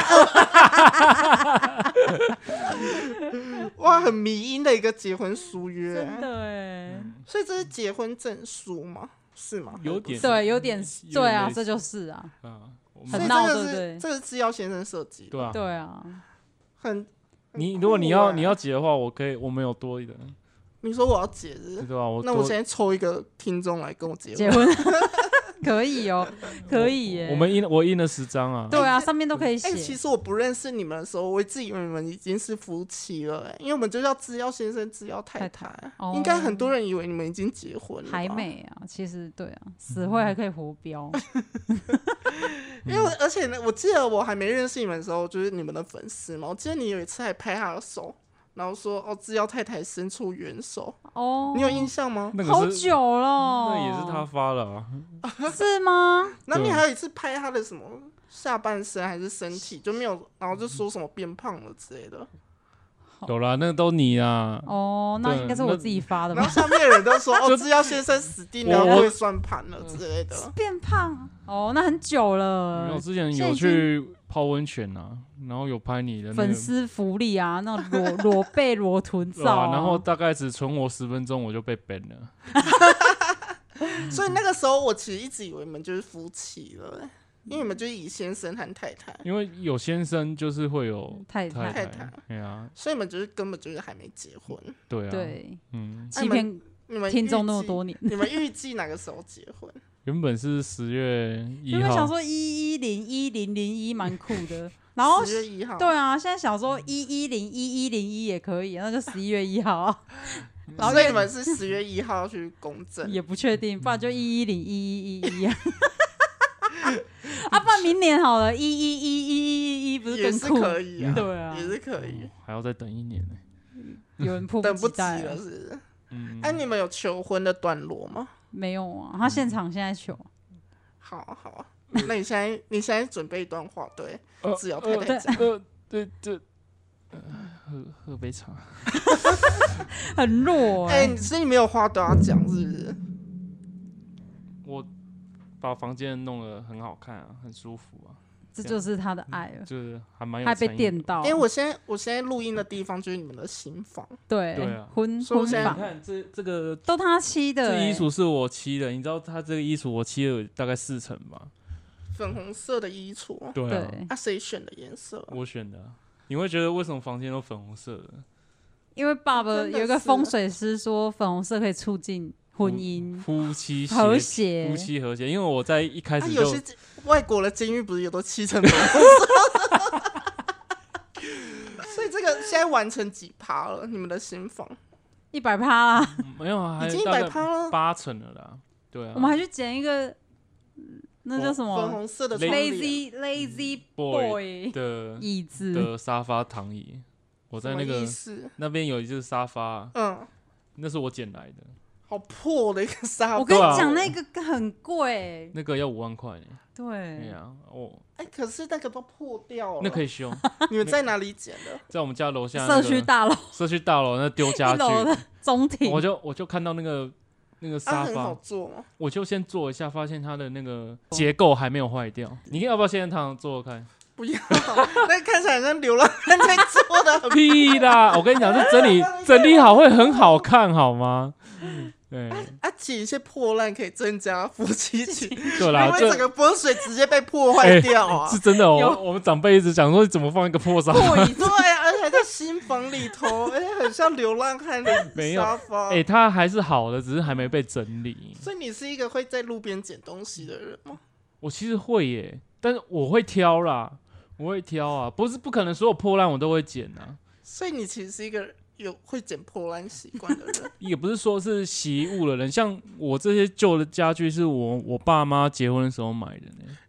Speaker 2: 哇，很迷因的一个结婚书约，
Speaker 3: 真的哎，
Speaker 2: 所以这是结婚证书吗？是吗？
Speaker 1: 有点
Speaker 3: 对，有点
Speaker 1: 有点
Speaker 3: 对啊，
Speaker 1: 类似
Speaker 3: 这就是啊，
Speaker 1: 啊，我
Speaker 2: 所以
Speaker 1: 们
Speaker 3: 很闹
Speaker 2: 这个是
Speaker 3: 对不对
Speaker 2: 这个是制药先生设计的，
Speaker 1: 对啊，
Speaker 3: 对啊，
Speaker 2: 很
Speaker 1: 你如果你要
Speaker 2: 很酷欸
Speaker 1: 你要结的话，我可以，我们有多一点，
Speaker 2: 你说我要结日，
Speaker 1: 对吧？我多
Speaker 2: 那我现在抽一个听众来跟我结
Speaker 3: 结
Speaker 2: 婚。
Speaker 3: 婚可以哦，可以耶。
Speaker 1: 我们印我印了十张啊，
Speaker 3: 对啊，上面都可以
Speaker 2: 哎、其
Speaker 3: 写。
Speaker 2: 实我不认识你们的时候，我一直以为你们已经是夫妻了、哎，因为我们就叫制药先生、制药太太，
Speaker 3: 太太哦
Speaker 2: 应该很多人以为你们已经结婚了吧，
Speaker 3: 还没啊，其实对啊，死会还可以活标。
Speaker 2: 因为我而且呢，我记得我还没认识你们的时候，就是你们的粉丝嘛。我记得你有一次还拍他的手，然后说：“哦，制药太太伸出援手。”
Speaker 3: 哦，
Speaker 2: 你有印象吗？
Speaker 3: 好
Speaker 1: 那个是
Speaker 3: 久了，
Speaker 1: 那也是他发的啊，
Speaker 3: 是吗？
Speaker 2: 然后你
Speaker 1: 对
Speaker 2: 还有一次拍他的什么下半身还是身体，就没有，然后就说什么变胖了之类的。
Speaker 1: 有啦，那个都你啊，
Speaker 3: 哦，那
Speaker 1: 对那
Speaker 3: 应该是我自己发的吧
Speaker 2: 然后？下面的人都说：“哦，制药先生死定了，
Speaker 1: 我我
Speaker 2: 要会算盘了之类的。”
Speaker 3: 变胖哦，那很久
Speaker 1: 没
Speaker 3: 了
Speaker 1: 有。之前有
Speaker 3: 现在已经
Speaker 1: 去泡温泉啊，然后有拍你的那个
Speaker 3: 粉丝福利啊，那种裸裸背裸臀
Speaker 1: 对
Speaker 3: 照啊，
Speaker 1: 啊，然后大概只存我十分钟，我就被 ban 了。
Speaker 2: 所以那个时候我其实一直以为你们就是夫妻了、欸因为你们就是以先生和太太，
Speaker 1: 因为有先生就是会有
Speaker 3: 太
Speaker 1: 太
Speaker 2: 太太
Speaker 1: 对啊，
Speaker 2: 所以你们就是根本就是还没结婚。
Speaker 1: 对啊，
Speaker 3: 对
Speaker 1: 嗯，
Speaker 3: 欺骗
Speaker 2: 你们
Speaker 3: 听众
Speaker 2: 预计
Speaker 3: 那么多年。
Speaker 2: 你们预计哪个时候结婚？
Speaker 1: 原本是十月一
Speaker 3: 因为想
Speaker 1: 号，
Speaker 3: 说一一零一零零一蛮酷的，然后
Speaker 2: 十月一号。
Speaker 3: 对啊，现在想说一一零一一零一也可以，那就十一月一号啊，然后
Speaker 2: 所以
Speaker 3: 月
Speaker 2: 你们是十月一号去公证。
Speaker 3: 也不确定，不然就一一零一一一一啊，啊，不然明年好了，一一一一一一不是
Speaker 2: 也是
Speaker 3: 更酷？
Speaker 2: 可以啊，
Speaker 3: 对啊
Speaker 2: 也是可以，
Speaker 1: 还要再等一年呢。
Speaker 3: 有人迫
Speaker 2: 等不及
Speaker 3: 及待
Speaker 2: 了，是不是？
Speaker 1: 嗯，
Speaker 2: 哎、你们有求婚的段落吗？
Speaker 3: 没有啊，他现场现在求，
Speaker 2: 好啊好啊，那你现在你现在准备一段话，对，
Speaker 1: 呃
Speaker 2: 只有太太讲。
Speaker 1: 呃，对对，呃喝喝杯茶。
Speaker 3: 很弱
Speaker 2: 哎、
Speaker 3: 哎、
Speaker 2: 你所以你没有话都要讲，是不是？
Speaker 1: 我把房间弄得很好看啊，很舒服啊，
Speaker 3: 这就是他的爱了，
Speaker 1: 就是还蛮有
Speaker 3: 还被
Speaker 1: 诚意的
Speaker 3: 电到。
Speaker 2: 因为我现在我现在录音的地方就是你们的新房，
Speaker 3: 对
Speaker 1: 对啊
Speaker 3: 婚婚
Speaker 2: 所以我现在
Speaker 3: 房
Speaker 1: 你看这这个
Speaker 3: 都他漆的、
Speaker 1: 这
Speaker 3: 欸，
Speaker 1: 衣橱是我漆的，你知道他这个衣橱我漆了大概四层吧？
Speaker 2: 粉红色的衣橱。
Speaker 1: 对啊，
Speaker 3: 对，
Speaker 2: 啊，谁选的颜色？
Speaker 1: 我选的啊。你会觉得为什么房间都粉红色的？
Speaker 3: 因为爸爸
Speaker 2: 真的
Speaker 3: 有一个
Speaker 2: 是
Speaker 3: 风水师说粉红色可以促进婚姻
Speaker 1: 夫妻协
Speaker 3: 和谐
Speaker 1: 夫。妻和谐。因为我在一开
Speaker 2: 啊，
Speaker 1: 始就、
Speaker 2: 有些监外国的监狱不是也都漆成粉红色？所以这个现在完成几趴了？你们的新房
Speaker 3: 一百趴啦，
Speaker 1: 嗯没有啊，还
Speaker 2: 已经一
Speaker 1: 大概
Speaker 2: 百趴了，
Speaker 1: 八成了啦。对啊，
Speaker 3: 我们还去捡一个，嗯那叫什
Speaker 2: 粉
Speaker 3: 么
Speaker 2: 红色的窗帘。
Speaker 3: lazy lazy
Speaker 1: boy
Speaker 3: boy
Speaker 1: 的
Speaker 3: 椅子，
Speaker 1: 的沙发躺椅，我在那
Speaker 2: 什么
Speaker 1: 个
Speaker 2: 意思？
Speaker 1: 那边有一只沙发，
Speaker 2: 嗯，
Speaker 1: 那是我捡来的，
Speaker 2: 好破的一个沙发。
Speaker 3: 我跟你
Speaker 1: 对啊
Speaker 3: 讲那个很贵，
Speaker 1: 那个要五万块呢。哎
Speaker 3: 对，
Speaker 1: 呀，我
Speaker 2: 哎、可是那个都破掉了。
Speaker 1: 那可以修，
Speaker 2: 你们在哪里捡的？
Speaker 1: 在我们家楼下
Speaker 3: 社
Speaker 1: 那个
Speaker 3: 区大楼
Speaker 1: 社区大楼那丢家
Speaker 3: 一楼的
Speaker 1: 具，
Speaker 3: 中庭
Speaker 1: 我，就我就看到那个那个
Speaker 2: 啊，
Speaker 1: 沙
Speaker 2: 很好
Speaker 1: 发，
Speaker 2: 做吗？
Speaker 1: 我就先坐一下，发现它的那个结构还没有坏掉。你要不要现在躺坐坐看？
Speaker 2: 不要，那看起来像流浪汉在做的，很
Speaker 1: 屁啦！我跟你讲，这整理整理好会很好看，好吗？对
Speaker 2: 啊，捡一些破烂可以增加夫妻情，
Speaker 1: 对啦，
Speaker 2: 因为
Speaker 1: 这
Speaker 2: 整个风水直接被破坏掉啊！
Speaker 1: 是真的哦。
Speaker 3: 有
Speaker 1: 我们长辈一直讲说，怎么放一个破沙发？
Speaker 3: 破椅子
Speaker 2: 对啊，而且还在新房里头，而且很像流浪汉的
Speaker 1: 没有
Speaker 2: 沙发。
Speaker 1: 哎、它还是好的，只是还没被整理。
Speaker 2: 所以你是一个会在路边捡东西的人吗？
Speaker 1: 我其实会耶，但是我会挑啦，我会挑啊，不是不可能所有破烂我都会捡啊。
Speaker 2: 所以你其实是一个有会捡破烂习惯的人。
Speaker 1: 也不是说是习物的人，像我这些旧的家具是我我爸妈结婚的时候买的呢。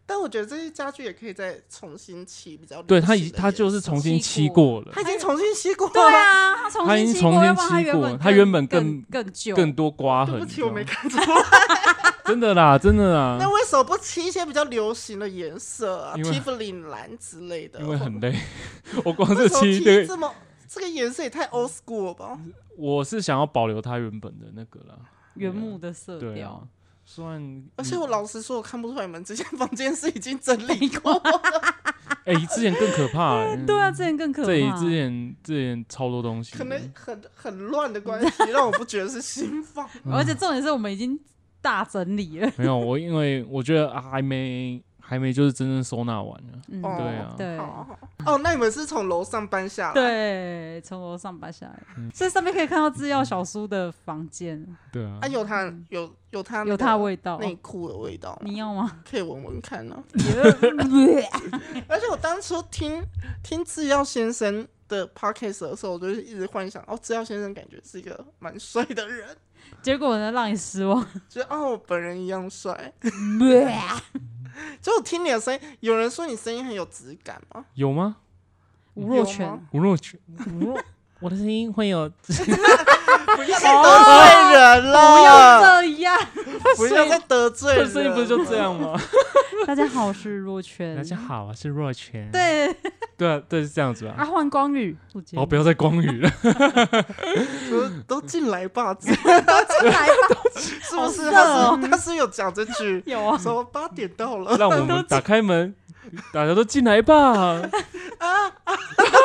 Speaker 2: 但我觉得这些家具也可以再重新漆，比较
Speaker 1: 对，它已它就是重新漆过了，
Speaker 2: 它已经重新漆过了。
Speaker 3: 对啊，它重新漆过，要不然它原本
Speaker 1: 它原本
Speaker 3: 更更旧，
Speaker 1: 更多刮痕。
Speaker 2: 对不起，我没看出来。
Speaker 1: 真的啦，真的啦。
Speaker 2: 那为什么不漆一些比较流行的颜色啊 ？Tiffany 蓝之类的。
Speaker 1: 因为很累，我光是漆
Speaker 2: 这么这个颜色也太 old school 了吧？
Speaker 1: 我是想要保留它原本的那个啦，
Speaker 3: 原木的色调。
Speaker 1: 对啊，算。
Speaker 2: 而且我老实说，我看不出来你们这间房间是已经整理过了。
Speaker 1: 哎、欸，之前更可怕哎、欸。
Speaker 3: 对啊，之前更可怕。
Speaker 1: 这里之前之前超多东西，
Speaker 2: 可能很很乱的关系，让我不觉得是新房。
Speaker 3: 嗯、而且重点是我们已经大整理了。
Speaker 1: 没有，我因为我觉得、啊、还没还没就是真正收纳完了。嗯，对啊，
Speaker 3: 对。
Speaker 2: 哦，那你们是从楼上搬下来？
Speaker 3: 对，从楼上搬下来，嗯、所以上面可以看到制药小叔的房间。
Speaker 1: 对啊，
Speaker 2: 啊，有他有有他
Speaker 3: 有他的味道，
Speaker 2: 内裤的味道，
Speaker 3: 你要吗？
Speaker 2: 可以闻闻看啊。而且我当初听听制药先生的 podcast 的时候，我就一直幻想，哦，制药先生感觉是一个蛮帅的人。
Speaker 3: 结果呢，让你失望，
Speaker 2: 觉得哦，我本人一样帅。就我听你的声音，有人说你声音很有质感吗？
Speaker 1: 有吗？
Speaker 3: 吴若权，
Speaker 1: 吴若权，吴若，我的声音会有。
Speaker 2: 不要再得罪人了，
Speaker 3: 不要这样，
Speaker 2: 不要再得罪人。
Speaker 1: 声音不是就这样吗？
Speaker 3: 大家好，我是若权。
Speaker 1: 大家好，我是若权。
Speaker 3: 对，
Speaker 1: 对啊，对是这样子吧。
Speaker 3: 啊，换光宇，
Speaker 1: 哦，不要再光宇了。
Speaker 2: 都进来吧，
Speaker 3: 都进来吧，
Speaker 2: 是不是？他是他是有讲这句，
Speaker 3: 有啊，
Speaker 2: 说八点到了，
Speaker 1: 让我们打开门，大家都进来吧。啊啊！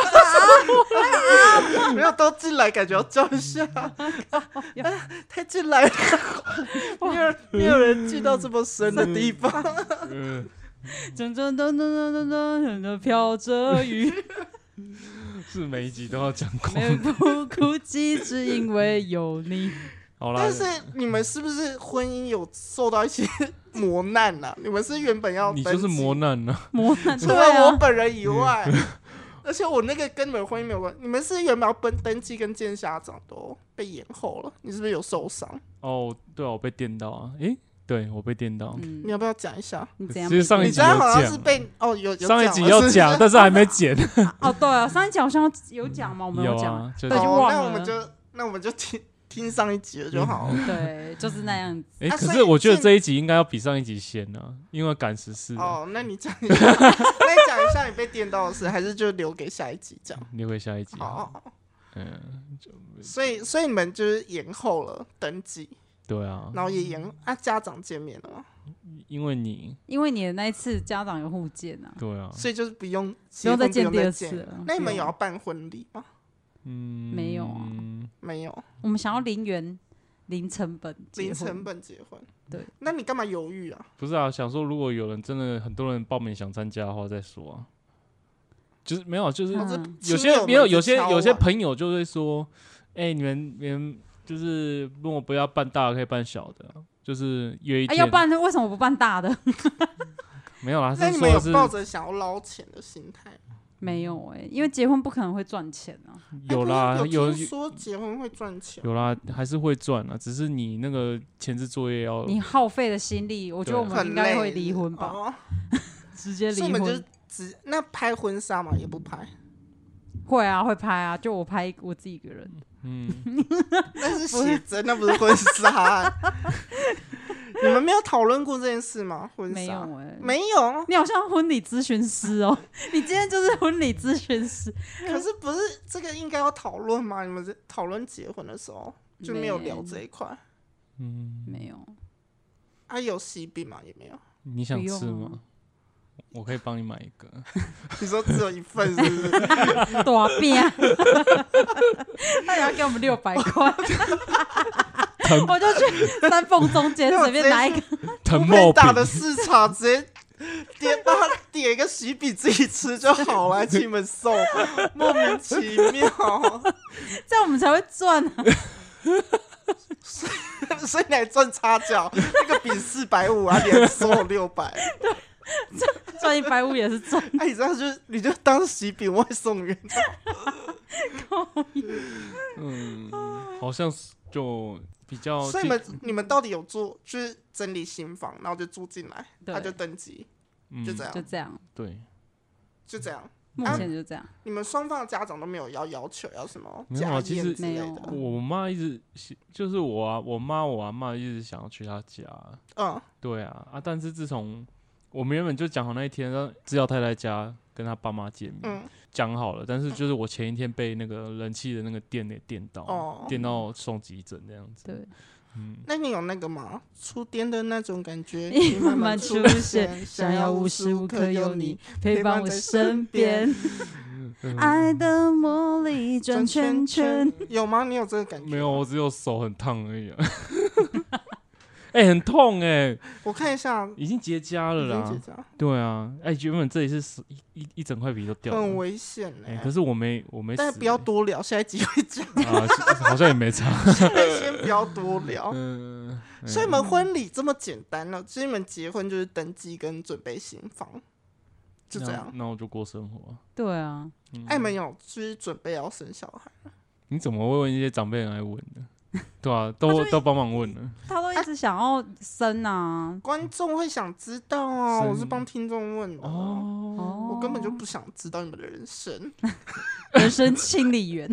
Speaker 2: 没有都进来，感觉要叫一下。太进来了，没有没有人进到这么深的地方。
Speaker 3: 噔噔噔噔噔噔噔，飘着雨。
Speaker 1: 是每一集都要讲过。
Speaker 3: 没不哭泣，只因为有你。
Speaker 1: 好啦，
Speaker 2: 但是你们是不是婚姻有受到一些磨难呢、啊？你们是原本要
Speaker 1: 你就是磨难呢、啊，
Speaker 3: 磨难。
Speaker 2: 除了我本人以外，而且我那个跟你们婚姻没有关，你们是原本要登登记跟见家长都被延后了，你是不是有受伤？
Speaker 1: 哦，对啊，我被电到啊，诶。对我被电到、嗯，
Speaker 2: 你要不要讲一下？
Speaker 3: 你怎样？
Speaker 1: 其实上一集有
Speaker 2: 讲，好像是被哦有
Speaker 1: 上一集要讲，但是还没剪。
Speaker 3: 哦，对啊，上一集好像有讲吗？我们有讲，
Speaker 1: 啊、
Speaker 3: 对，就忘了。
Speaker 2: 那我们就那我们就听听上一集了就好了。
Speaker 3: 对，就是那样子。
Speaker 1: 哎、欸，可是我觉得这一集应该要比上一集先啊，因为赶时事。
Speaker 2: 哦，那你讲一下，那你讲一下你被电到的事，还是就留给下一集讲？
Speaker 1: 留给下一集。
Speaker 2: 好，
Speaker 1: 嗯，
Speaker 2: 所以所以你们就是延后了登记。
Speaker 1: 对啊，
Speaker 2: 然后也延啊，家长见面了吗？
Speaker 1: 因为你，
Speaker 3: 因为你的那一次家长有互见啊，
Speaker 1: 对啊，
Speaker 2: 所以就是不用
Speaker 3: 不用再见第二次了。
Speaker 2: 那你们有要办婚礼吗？
Speaker 1: 嗯，
Speaker 3: 没有啊，
Speaker 2: 没有。
Speaker 3: 我们想要零元、零成本、
Speaker 2: 零成本结婚。
Speaker 3: 对，
Speaker 2: 那你干嘛犹豫啊？
Speaker 1: 不是啊，想说如果有人真的很多人报名想参加的话再说啊。就是没有，就是有些没有，有些有些朋友就会说，哎、欸，你们你们。就是如果不要办大的，可以办小的，就是约一天。
Speaker 3: 哎、欸，要办为什么不办大的？
Speaker 1: 没有啦，
Speaker 2: 那你们有抱着想要捞钱的心态？
Speaker 3: 没有哎、欸，因为结婚不可能会赚钱啊。
Speaker 1: 有啦，
Speaker 2: 欸、
Speaker 1: 有
Speaker 2: 听说結婚會賺錢。
Speaker 1: 有啦，還是會賺啊，只是你那個前置作業要
Speaker 3: 你耗費的心力，我覺得我們應該會離婚吧，哦、直接離婚。
Speaker 2: 所以你們就只那拍婚紗嘛，也不拍。
Speaker 3: 會啊，會拍啊，就我拍我自己一個人。
Speaker 1: 嗯，
Speaker 2: 那是寫真，那不是婚紗。你們沒有討論過這件事嗎？婚紗
Speaker 3: 沒有哎、欸，
Speaker 2: 沒有。
Speaker 3: 你好像婚禮諮詢師哦，你今天就是婚禮諮詢師。
Speaker 2: 可是不是這個應該要討論嗎？你們討論結婚的時候就沒有聊這一塊。
Speaker 1: 嗯，
Speaker 3: 沒有。
Speaker 2: 啊，有喜餅嗎？也沒有。
Speaker 1: 你想吃嗎？我可以幫你買一個。
Speaker 2: 你說只有一份是不是？
Speaker 3: 大餅，他要給我們六百塊，我就去三鳳中間隨便拿一個。
Speaker 1: 藤茂
Speaker 2: 大的市場直接點把它點一個喜餅自己吃就好了，請你們送，莫名其妙。
Speaker 3: 這樣我們才會賺啊。
Speaker 2: 所以你還賺差價，那個餅四百五啊，連收六百。
Speaker 3: 賺一百五也是賺。
Speaker 2: 哎，你這樣就你就當喜餅外送員。
Speaker 1: 嗯，好像是就比較。
Speaker 2: 所以你們你們到底有做，就是整理新房，然後就住進來，他就登記。
Speaker 1: 嗯、
Speaker 2: 就这样，
Speaker 3: 就这样，
Speaker 1: 对，
Speaker 2: 就这样。
Speaker 3: 目前就这样。
Speaker 2: 啊、你们双方的家长都没有要要求要什么
Speaker 1: 没有啊，其实
Speaker 3: 没有。
Speaker 1: 我妈一直就是我啊，我妈我阿嬷一直想要去她家。
Speaker 2: 嗯，
Speaker 1: 对啊啊！但是自从我们原本就讲好那一天让制药太太家跟她爸妈见面，讲、嗯、好了，但是就是我前一天被那个人气的那个店给电到，哦、电到送急诊这样子。
Speaker 3: 对。
Speaker 2: 嗯，那你有那个吗？触电的那种感觉，
Speaker 3: 你慢慢出现，想要无时无刻有你陪伴我身边，爱的魔力转圈圈。
Speaker 2: 有吗？你有这个感觉？
Speaker 1: 没有，我只有手很烫而已、啊。哎、欸，很痛哎、欸！
Speaker 2: 我看一下，
Speaker 1: 已经结痂了啦。
Speaker 2: 已经结痂。
Speaker 1: 对啊，哎、欸，原本这里是一一一整块皮都掉了，
Speaker 2: 很危险哎、
Speaker 1: 欸。可是我没我没死、欸。
Speaker 2: 但是不要多聊，下一集会讲。
Speaker 1: 啊，好像也没差。
Speaker 2: 先不要多聊。
Speaker 1: 嗯。
Speaker 2: 所以你们婚礼这么简单了，就是你们结婚就是登记跟准备新房，就这样。
Speaker 1: 那我就过生活。
Speaker 3: 对啊。
Speaker 2: 嗯、哎，你们有就是准备要生小孩了？
Speaker 1: 你怎么会问一些长辈人来问呢？对啊，都都帮忙问了。
Speaker 3: 他都一直想要生啊，
Speaker 2: 观众会想知道啊，我是帮听众问的。哦，我根本就不想知道你们的人生，
Speaker 3: 人生清理员。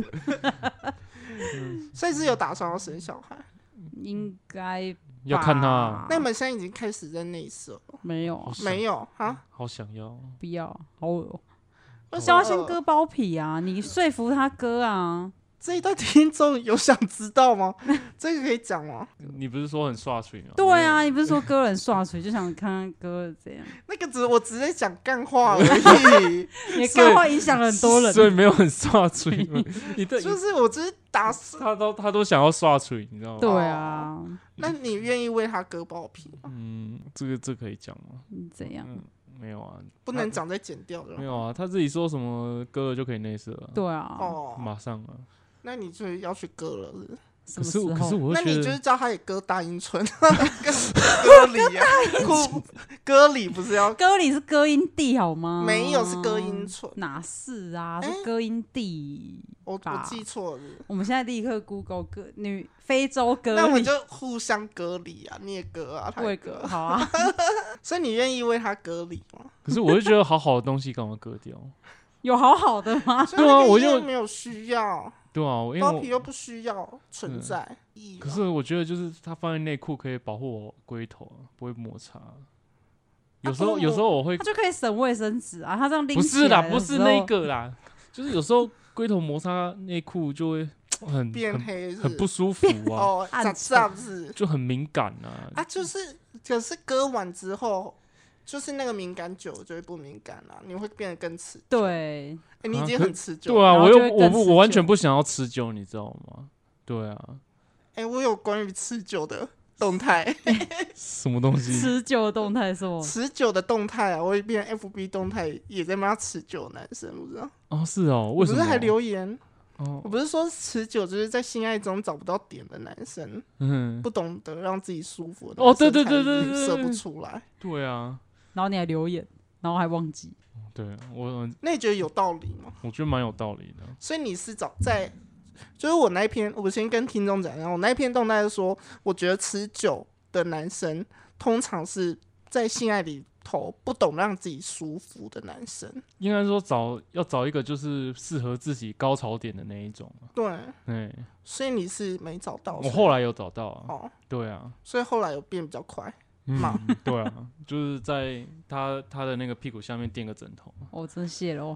Speaker 2: 所以是有打算要生小孩？
Speaker 3: 应该
Speaker 1: 要看他。
Speaker 2: 那你们现在已经开始在内射了？
Speaker 3: 没有，
Speaker 2: 没有啊？
Speaker 1: 好想要，
Speaker 3: 不要，好恶。为什么要先割包皮啊？你说服他割啊。
Speaker 2: 这一段听众有想知道吗？这个可以讲吗？
Speaker 1: 你不是说很刷嘴吗？
Speaker 3: 对啊，你不是说割人刷嘴，就想看看割怎样？
Speaker 2: 那个只我只是讲干话而已，
Speaker 3: 你干话影响了很多人，
Speaker 1: 所以没有很刷嘴。你的
Speaker 2: 就是我只是打
Speaker 1: 他都他都想要刷嘴，你知道吗？
Speaker 3: 对啊，
Speaker 2: 哦、那你愿意为他割包皮吗？
Speaker 1: 嗯，这个这个、可以讲吗？
Speaker 3: 怎样？
Speaker 1: 嗯没有啊，
Speaker 2: 不能讲再剪掉的。
Speaker 1: 没有啊，他自己说什么割了就可以内射了。
Speaker 3: 对啊，
Speaker 2: 哦，
Speaker 1: 马上啊。
Speaker 2: 那你就要去割了是不是？
Speaker 1: 可是可是我会觉得，
Speaker 2: 那你就是叫他也割大阴唇，割礼啊，割礼不是要
Speaker 3: 割礼是割阴蒂好吗？
Speaker 2: 没有，是割阴唇。
Speaker 3: 哪是啊？是割阴蒂。
Speaker 2: 我我记错了。
Speaker 3: 我们现在立刻 Google 割女非洲割礼，
Speaker 2: 那我们就互相割礼啊，你也割啊，他也割，
Speaker 3: 好啊。
Speaker 2: 所以你愿意为他割礼吗？
Speaker 1: 可是我就觉得好好的东西干嘛割掉？
Speaker 3: 有好好的吗？
Speaker 2: 对啊，我就没有需要。
Speaker 1: 对啊，因为
Speaker 2: 包皮又不需要存在。
Speaker 1: 嗯、可是我觉得就是它放在内裤可以保护我龟头，不会摩擦。有时候、啊、有时候我会，
Speaker 3: 它就可以省卫生纸啊，它这样拎
Speaker 1: 不是啦，不是那个啦，就是有时候龟头摩擦内裤就会很
Speaker 2: 变黑是，
Speaker 1: 很不舒服啊。
Speaker 2: 哦，这样子
Speaker 1: 就很敏感啊。
Speaker 2: 啊，就是可是割完之后。就是那个敏感久就会不敏感了、啊，你会变得更持久。
Speaker 3: 对，
Speaker 2: 哎、欸，你已经很持久、
Speaker 1: 啊。对啊，我又我不我完全不想要持久，你知道吗？对啊。
Speaker 2: 哎、欸，我有关于持久的动态。
Speaker 1: 什么东西？
Speaker 3: 持久的动态是吗？
Speaker 2: 持久的动态啊，我会变 F B 动态也在骂持久的男生，不知道？
Speaker 1: 哦，是哦，为什么？
Speaker 2: 我不是还留言？
Speaker 1: 哦，
Speaker 2: 我不是说持久就是在性爱中找不到点的男生，嗯，不懂得让自己舒服的。
Speaker 1: 哦，对对对对对，
Speaker 2: 射不出来。
Speaker 1: 对啊。
Speaker 3: 然后你还留言，然后还忘记。
Speaker 1: 对我，
Speaker 2: 那你觉得有道理吗？
Speaker 1: 我觉得蛮有道理的。
Speaker 2: 所以你是找在，就是我那一篇，我先跟听众讲，然后我那一篇动态是说，我觉得持久的男生通常是在性爱里头不懂让自己舒服的男生。
Speaker 1: 应该说找要找一个就是适合自己高潮点的那一种。
Speaker 2: 对，
Speaker 1: 对。
Speaker 2: 所以你是没找到？
Speaker 1: 我后来有找到啊。
Speaker 2: 哦，
Speaker 1: 对啊。
Speaker 2: 所以后来有变比较快。
Speaker 1: 嗯，对啊，就是在他他的那个屁股下面垫个枕头。
Speaker 3: 哦，真谢了哦。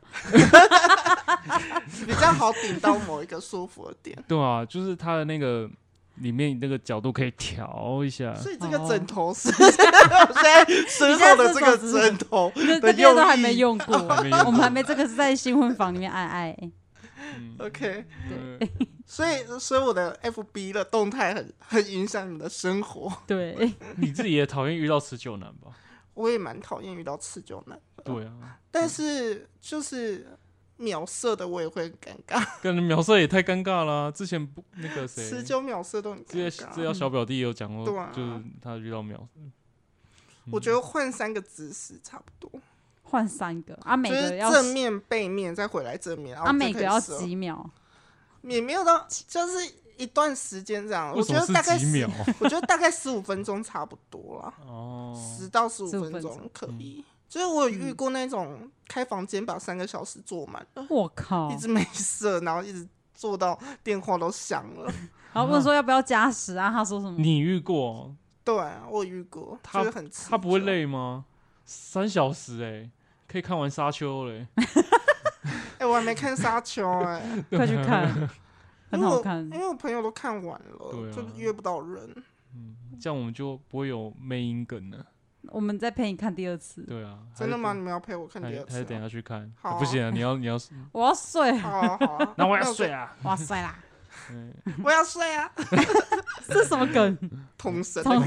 Speaker 2: 比较好顶到某一个舒服的点。
Speaker 1: 对啊，就是他的那个里面那个角度可以调一下。
Speaker 2: 所以这个枕头是、哦、我现在身后的这个枕头的用意
Speaker 3: 都还没用过，我们还没这个是在新婚房里面爱爱。
Speaker 2: 嗯、OK，
Speaker 3: 对，
Speaker 2: 所以所以我的 F B 的动态很很影响你的生活。
Speaker 3: 对，
Speaker 1: 你自己也讨厌遇到持久男吧？
Speaker 2: 我也蛮讨厌遇到持久男的。
Speaker 1: 对啊，
Speaker 2: 但是就是秒射的我也会很尴尬。
Speaker 1: 跟秒射也太尴尬了、啊。之前不那个谁，
Speaker 2: 持久秒射都很尴尬。
Speaker 1: 这这小表弟也有讲过、
Speaker 2: 嗯，
Speaker 1: 就是他遇到秒射。
Speaker 2: 我觉得换三个姿势差不多。
Speaker 3: 换三个啊，每个要
Speaker 2: 正面、背面，再回来正面，
Speaker 3: 啊，每个要几秒？
Speaker 2: 也没有到，就是一段时间这样。我觉得大概
Speaker 1: 几秒，
Speaker 2: 我觉得大概十五分钟差不多啦。
Speaker 1: 哦，
Speaker 2: 十到十五分钟可以，嗯、 就是我有遇过那种开房间把三个小时坐满了，
Speaker 3: 我靠，
Speaker 2: 一直没射，然后一直坐到电话都响了。
Speaker 3: 然后问说要不要加时啊？他说什么？
Speaker 1: 你遇过？
Speaker 2: 对啊，我有遇过，
Speaker 1: 他
Speaker 2: 就是很刺
Speaker 1: 他不会累吗？三小时哎、欸，可以看完沙丘嘞、欸。
Speaker 2: 哎、欸，我还没看沙丘哎、
Speaker 3: 欸，快去看，很好看。
Speaker 2: 因为我朋友都看完了，
Speaker 1: 啊、
Speaker 2: 就约不到人。
Speaker 1: 嗯，这样我们就不会有魅音梗了。
Speaker 3: 我们再陪你看第二次。
Speaker 1: 对啊，
Speaker 2: 真的吗？你们要陪我看第二次、啊？
Speaker 1: 还是等一下去看？
Speaker 2: 好、啊，
Speaker 1: 不行啊，你要你要，
Speaker 3: 我要睡。
Speaker 2: 好啊好啊，
Speaker 1: 那我要睡啊！
Speaker 3: 我要睡啦！
Speaker 2: 我要睡啊！
Speaker 3: 这什么梗？
Speaker 2: 通神的梗。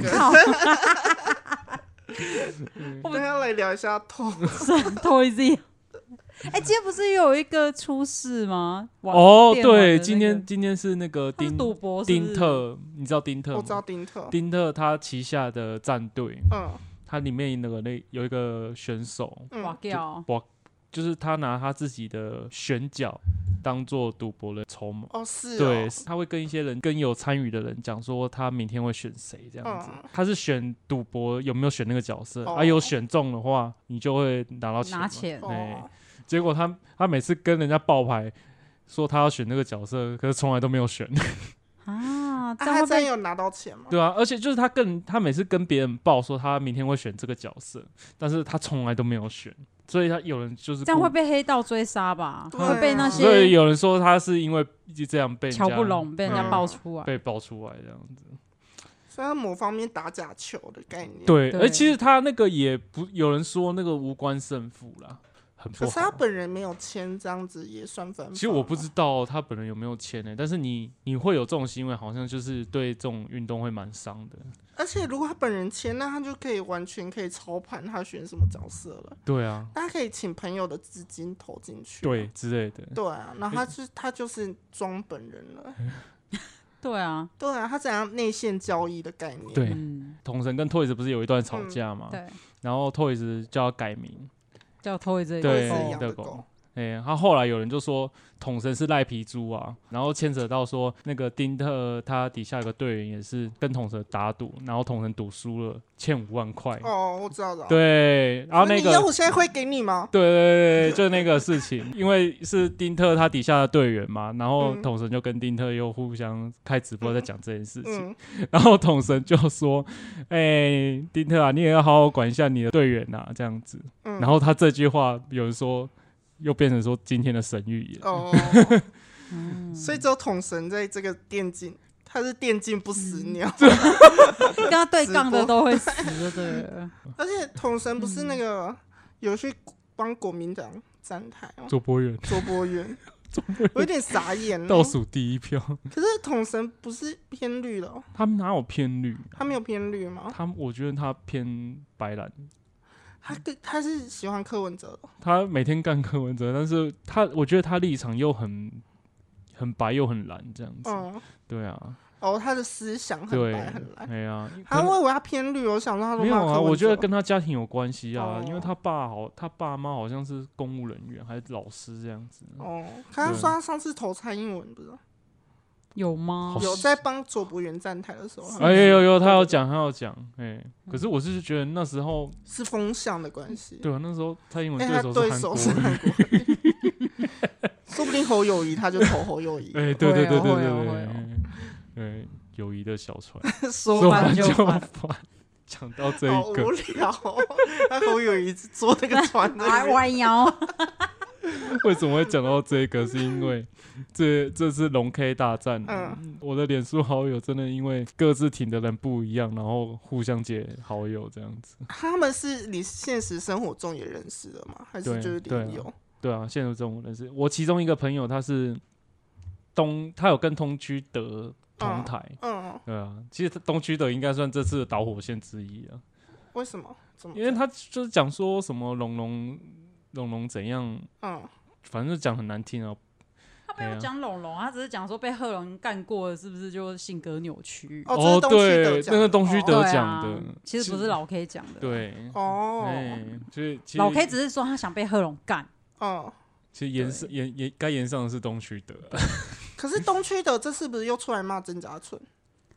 Speaker 2: 我们要来聊一下通
Speaker 3: 神 Toys。哎，今天不是有一个出事吗？
Speaker 1: 哦，对，
Speaker 3: 那個、
Speaker 1: 今天今天是那个丁
Speaker 3: 赌博是是
Speaker 1: 丁特，你知道丁特吗？
Speaker 2: 我知道丁特，
Speaker 1: 丁特他旗下的战队，
Speaker 2: 嗯，
Speaker 1: 他里面那个那有一个选手，
Speaker 3: 哇掉，
Speaker 1: 哇，就是他拿他自己的选角当做赌博的筹码。
Speaker 2: 哦，是哦，
Speaker 1: 对，他会跟一些人跟有参与的人讲说他明天会选谁这样子。嗯、他是选赌博有没有选那个角色，哦、啊，有选中的话，你就会拿到钱。
Speaker 3: 拿钱，
Speaker 1: 哎、哦。结果他他每次跟人家报牌说他要选那个角色，可是从来都没有选
Speaker 3: 啊！
Speaker 2: 这样会真有拿到钱吗？
Speaker 1: 对啊，而且就是他跟他每次跟别人报说他明天会选这个角色，但是他从来都没有选，所以他有人就是
Speaker 3: 这样会被黑道追杀吧？
Speaker 2: 啊、
Speaker 3: 会被那些，
Speaker 1: 所以有人说他是因为这样被
Speaker 3: 瞧不拢，被人家爆出来，
Speaker 1: 嗯、被爆出来这样子。
Speaker 2: 所以他某方面打假球的概念。
Speaker 1: 对，而其实他那个也不有人说那个无关胜负啦。
Speaker 2: 可是他本人没有签，这样子也算犯法。
Speaker 1: 其实我不知道他本人有没有签呢、欸，但是你你会有这种行为，好像就是对这种运动会蛮伤的。
Speaker 2: 而且如果他本人签，那他就可以完全可以操盘他选什么角色了。
Speaker 1: 对啊，
Speaker 2: 他可以请朋友的资金投进去，
Speaker 1: 对之类的。
Speaker 2: 对啊，然后他就他就是装本人了。
Speaker 3: 对啊，
Speaker 2: 对啊，他怎样内线交易的概念？
Speaker 1: 对，统神跟 Toys 不是有一段吵架嘛、
Speaker 3: 嗯？对，
Speaker 1: 然后 Toys 叫他改名。
Speaker 3: 叫 Toys
Speaker 1: 对
Speaker 2: 的狗，
Speaker 1: 哎、欸，他后来有人就说统神是赖皮猪啊，然后牵扯到说那个丁特他底下有个队员也是跟统神打赌，然后统神赌输了，欠五万块。
Speaker 2: 哦，我知道了。
Speaker 1: 对，然后那个
Speaker 2: 你要我现在会给你吗？
Speaker 1: 对对对，就那个事情，因为是丁特他底下的队员嘛，然后统神就跟丁特又互相开直播在讲这件事情，嗯嗯、然后统神就说：“哎、欸，丁特啊，你也要好好管一下你的队员啊，这样子。嗯”然后他这句话有人说。又变成说今天的神预言哦，
Speaker 2: 嗯、所以只有统神在这个电竞，他是电竞不死鸟，
Speaker 3: 嗯、跟他对杠的都会死，对。
Speaker 2: 而且统神不是那个、嗯、有去帮国民党站台哦，
Speaker 1: 卓博远，
Speaker 2: 卓博远，我有点傻眼、欸，
Speaker 1: 倒数第一票。
Speaker 2: 可是统神不是偏绿的、哦，
Speaker 1: 他哪有偏绿、啊？
Speaker 2: 他没有偏绿吗？
Speaker 1: 他我觉得他偏白蓝。
Speaker 2: 他他是喜欢柯文哲的，
Speaker 1: 他每天干柯文哲，但是他我觉得他立场又很很白又很蓝这样子，嗯，对啊，
Speaker 2: 哦，他的思想很白很蓝，
Speaker 1: 对啊，
Speaker 2: 他我以为他偏绿，我想说他
Speaker 1: 没有啊，我觉得跟他家庭有关系啊，
Speaker 2: 哦、
Speaker 1: 因为他爸好，他爸妈好像是公务人员还是老师这样子，
Speaker 2: 哦，他说他上次投蔡英文不是？
Speaker 3: 有吗？
Speaker 2: 有在帮卓博源站台的时候，
Speaker 1: 哎、欸、有有，他要讲，他要讲，哎、欸，可是我是觉得那时候
Speaker 2: 是风向的关系，
Speaker 1: 对啊，那时候蔡英文对
Speaker 2: 手是韩国人，说不定侯友宜他就投侯友宜，
Speaker 1: 哎、欸，对对对对对对，对，友谊的小船
Speaker 3: 说翻就翻，
Speaker 1: 讲到这一个，
Speaker 2: 好无聊、哦，他侯友宜坐那个船
Speaker 3: 还弯腰。
Speaker 1: 为什么会讲到这个？是因为这这次龙 K 大战、嗯，我的脸书好友真的因为各自挺的人不一样，然后互相解好友这样子。
Speaker 2: 他们是你现实生活中也认识的吗？还是就是联友？
Speaker 1: 对啊，现实中我认识。我其中一个朋友他是东，他有跟东区德同台，嗯，嗯对啊，其实东区德应该算这次的导火线之一啊。
Speaker 2: 为什么？怎么？
Speaker 1: 因为他就是讲说什么龙龙。龙龙怎样？嗯，反正讲很难听啊。
Speaker 3: 他没有讲龙龙，他只是讲说被贺龙干过了，是不是就性格扭曲？
Speaker 2: 哦，
Speaker 1: 对，那个东区德讲的、
Speaker 3: 哦啊，其实不是老 K 讲的。
Speaker 1: 对，
Speaker 2: 哦，
Speaker 1: 所以
Speaker 3: 老 K 只是说他想被贺龙干。
Speaker 2: 哦，
Speaker 1: 其实延上延延该延上的是东区德。
Speaker 2: 可是东区德这次不是又出来骂曾家纯？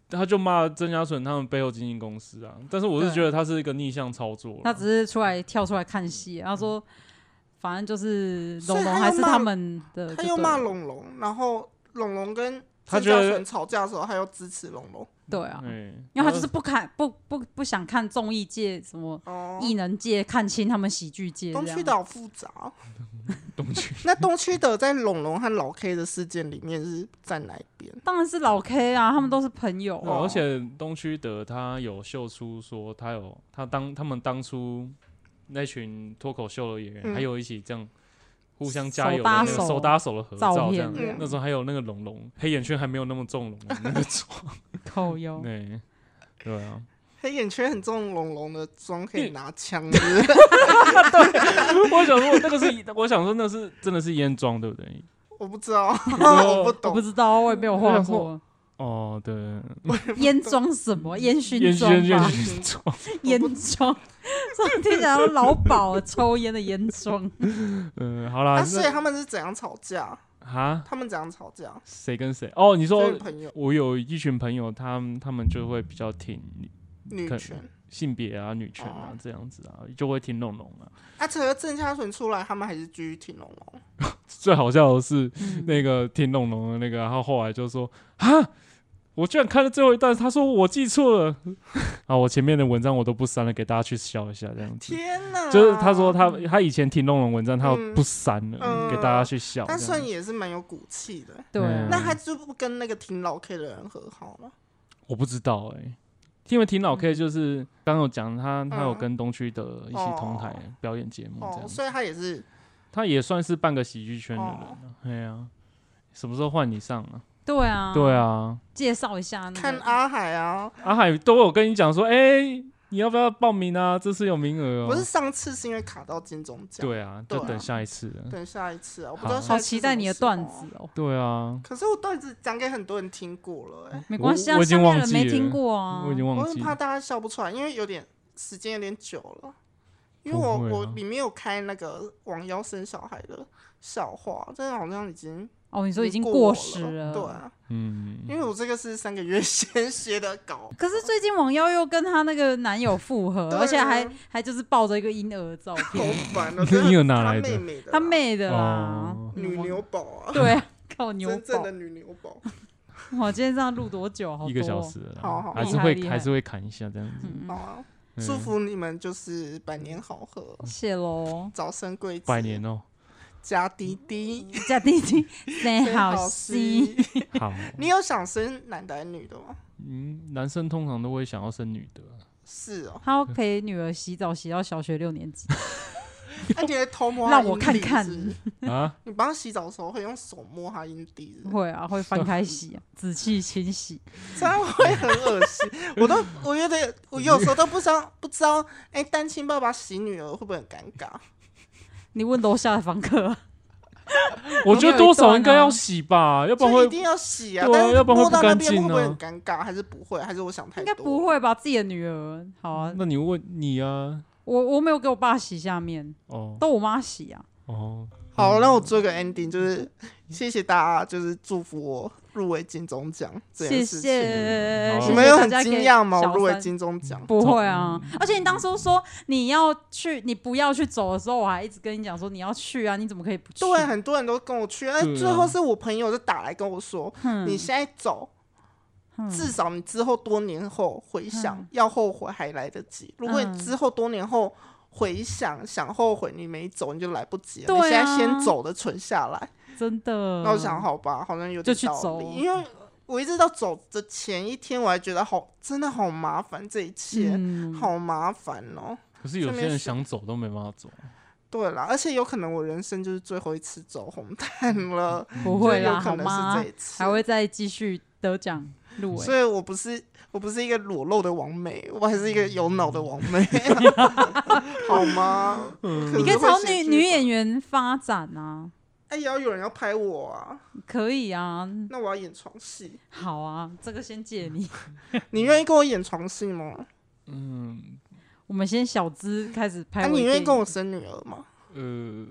Speaker 1: 他就骂曾家纯他们背后经纪公司啊，但是我是觉得他是一个逆向操作，
Speaker 3: 他只是出来跳出来看戏，他说反正就是龙龙还是他们的，
Speaker 2: 他又骂龙龙，然后龙龙跟曾家纯吵架的时候，他又支持龙龙。
Speaker 3: 对啊，因为他就是不看不不不想看综艺界什么艺能界看清他们喜剧界。
Speaker 2: 东区的好复杂。东区那东区的在龙龙和老 K 的事件里面是站哪一边？
Speaker 3: 当然是老 K 啊，他们都是朋友。
Speaker 1: 哦、而且东区的他有秀出说他有他当他们当初那群脱口秀的演员、嗯、还有一起这样。互相加油的那个手搭手的合照，这样、嗯、那时候还有那个龙龙黑眼圈还没有那么重，龙龙那个妆，
Speaker 3: 扣腰，
Speaker 1: 对对啊，
Speaker 2: 黑眼圈很重，龙龙的妆可以拿枪，
Speaker 1: 对，我想说那个是，我想说那是真的是烟妆，对不对？
Speaker 2: 我不知道，我不懂，
Speaker 3: 我不知道，我也没有画过。
Speaker 1: 哦，对，
Speaker 3: 烟妆什么？烟熏妆吧？烟妆，这听起来老鸨抽烟的烟妆。
Speaker 1: 嗯，好啦。
Speaker 2: 啊，所以他们是怎样吵架？
Speaker 1: 啊？
Speaker 2: 他们怎样吵架？
Speaker 1: 谁跟谁？哦，你说
Speaker 2: 朋友，
Speaker 1: 我有一群朋友，他们他们就会比较挺
Speaker 2: 女权、
Speaker 1: 性别啊、女权啊、哦、这样子啊，就会挺龙龙啊。
Speaker 2: 啊，除了郑家纯出来，他们还是继续挺龙龙。
Speaker 1: 最好笑的是、嗯、那个挺龙龙的那个，然后后来就说啊。我居然看了最后一段，他说我记错了啊！我前面的文章我都不删了，给大家去笑一下，这样子。
Speaker 2: 天哪！
Speaker 1: 就是他说他他以前挺龙龙文章，他不删了、嗯，给大家去笑。
Speaker 2: 但算也是蛮有骨气的。
Speaker 3: 对、啊，
Speaker 2: 那他就不跟那个挺老 K 的人和好了？
Speaker 1: 我不知道哎、欸，因为挺老 K 就是刚刚有讲他他有跟东区的一起同台表演节目这样、
Speaker 2: 哦哦，所以他也是，
Speaker 1: 他也算是半个喜剧圈的人了。哎呀、啊，什么时候换你上啊？
Speaker 3: 对啊，
Speaker 1: 对啊，
Speaker 3: 介绍一下、那個、
Speaker 2: 看阿海啊，
Speaker 1: 阿海都有跟你讲说，哎、欸，你要不要报名啊？这次有名额哦。
Speaker 2: 不是上次是因为卡到金钟奖，
Speaker 1: 对啊，就等下一次了。
Speaker 2: 等下一次啊，我不知道下一次
Speaker 3: 好期待你的段子哦。
Speaker 1: 对啊，
Speaker 2: 可是我段子讲给很多人听过了、欸，
Speaker 3: 没关系啊，
Speaker 1: 我已经忘记了，
Speaker 3: 下面人没听过啊，
Speaker 1: 我已经忘记了。
Speaker 2: 我很怕大家笑不出来，因为有点时间有点久了。因为我、啊、我里面有开那个网妖生小孩的笑话，这好像已经。
Speaker 3: 哦，你说已经过时了，
Speaker 2: 对啊，
Speaker 1: 嗯，
Speaker 2: 因为我这个是三个月前写的稿。
Speaker 3: 可是最近网妖又跟她那个男友复合，而且还还就是抱着一个婴儿照片，
Speaker 2: 好烦哦！
Speaker 1: 婴儿哪来的？
Speaker 2: 他妹妹的，
Speaker 3: 他妹的啦，
Speaker 2: 哦、女牛宝啊，
Speaker 3: 对啊，靠牛宝，
Speaker 2: 真正的女牛宝。
Speaker 3: 哇，今天这样录多久？好多
Speaker 1: 一个小时了，
Speaker 2: 好好，
Speaker 1: 还是会还是会砍一下这样子。
Speaker 2: 嗯、好啊，祝福你们就是百年好合，
Speaker 3: 谢喽，
Speaker 2: 早生贵子，
Speaker 1: 百年哦。
Speaker 2: 加弟弟，
Speaker 3: 加弟弟，生好戏。
Speaker 1: 好，
Speaker 2: 你有想生男的还是女的吗？
Speaker 1: 嗯，男生通常都会想要生女的。
Speaker 2: 是哦，
Speaker 3: 他要陪女儿洗澡，洗到小学六年级。
Speaker 2: 那、啊、你会偷摸
Speaker 3: 让我看看
Speaker 2: 啊？你帮他洗澡的时候会用手摸他阴蒂？
Speaker 3: 会啊，会翻开洗、啊，仔细清洗，
Speaker 2: 这样会很恶心。我都我觉得我有时候都不知道不知道，哎、欸，单亲爸爸洗女儿会不会很尴尬？
Speaker 3: 你问楼下的房客，
Speaker 1: 我觉得多少应该要洗吧，要不然会
Speaker 2: 一定要洗啊。
Speaker 1: 对啊，
Speaker 2: 但是
Speaker 1: 要不然会
Speaker 2: 不
Speaker 1: 干净啊。
Speaker 2: 会不会很尴尬？还是不会？还是我想太多？
Speaker 3: 应该不会吧？自己的女儿，好啊。
Speaker 1: 那你问你啊？
Speaker 3: 我我没有给我爸洗下面，哦，都我妈洗啊。
Speaker 1: 哦，
Speaker 2: 好，那我做个 ending， 就是谢谢大家，就是祝福我入围金钟奖这件事情。
Speaker 3: 谢谢，
Speaker 2: 你们有很惊讶吗？我入围金钟奖？
Speaker 3: 不会啊，而且你当初说你要去，你不要去走的时候，我还一直跟你讲说你要去啊，你怎么可以不去？
Speaker 2: 对，很多人都跟我去，哎、啊，最后是我朋友就打来跟我说，
Speaker 3: 嗯、
Speaker 2: 你现在走。至少你之后多年后回想、嗯、要后悔还来得及。如果你之后多年后回想、嗯、想后悔你没走，你就来不及了。啊、你现在先走的存下来，
Speaker 3: 真的。
Speaker 2: 那我想好吧，好像有点道理。因为我一直到走的前一天，我还觉得好，真的好麻烦，这一切、嗯、好麻烦哦。
Speaker 1: 可是有些人想走都没办法走。
Speaker 2: 对啦，而且有可能我人生就是最后一次走红毯了。
Speaker 3: 不会啦，
Speaker 2: 有可能是这一次，
Speaker 3: 还会再继续得奖。
Speaker 2: 所以我不是我不是一个裸露的网美，我还是一个有脑的网美，好吗？
Speaker 3: 嗯、你可以朝女女演员发展啊！
Speaker 2: 哎、欸，也要有人要拍我啊！
Speaker 3: 可以啊，
Speaker 2: 那我要演床戏。
Speaker 3: 好啊，这个先借你。
Speaker 2: 你愿意跟我演床戏吗？
Speaker 1: 嗯，
Speaker 3: 我们先小资开始拍。
Speaker 2: 啊，你愿意跟我生女儿吗？
Speaker 1: 呃，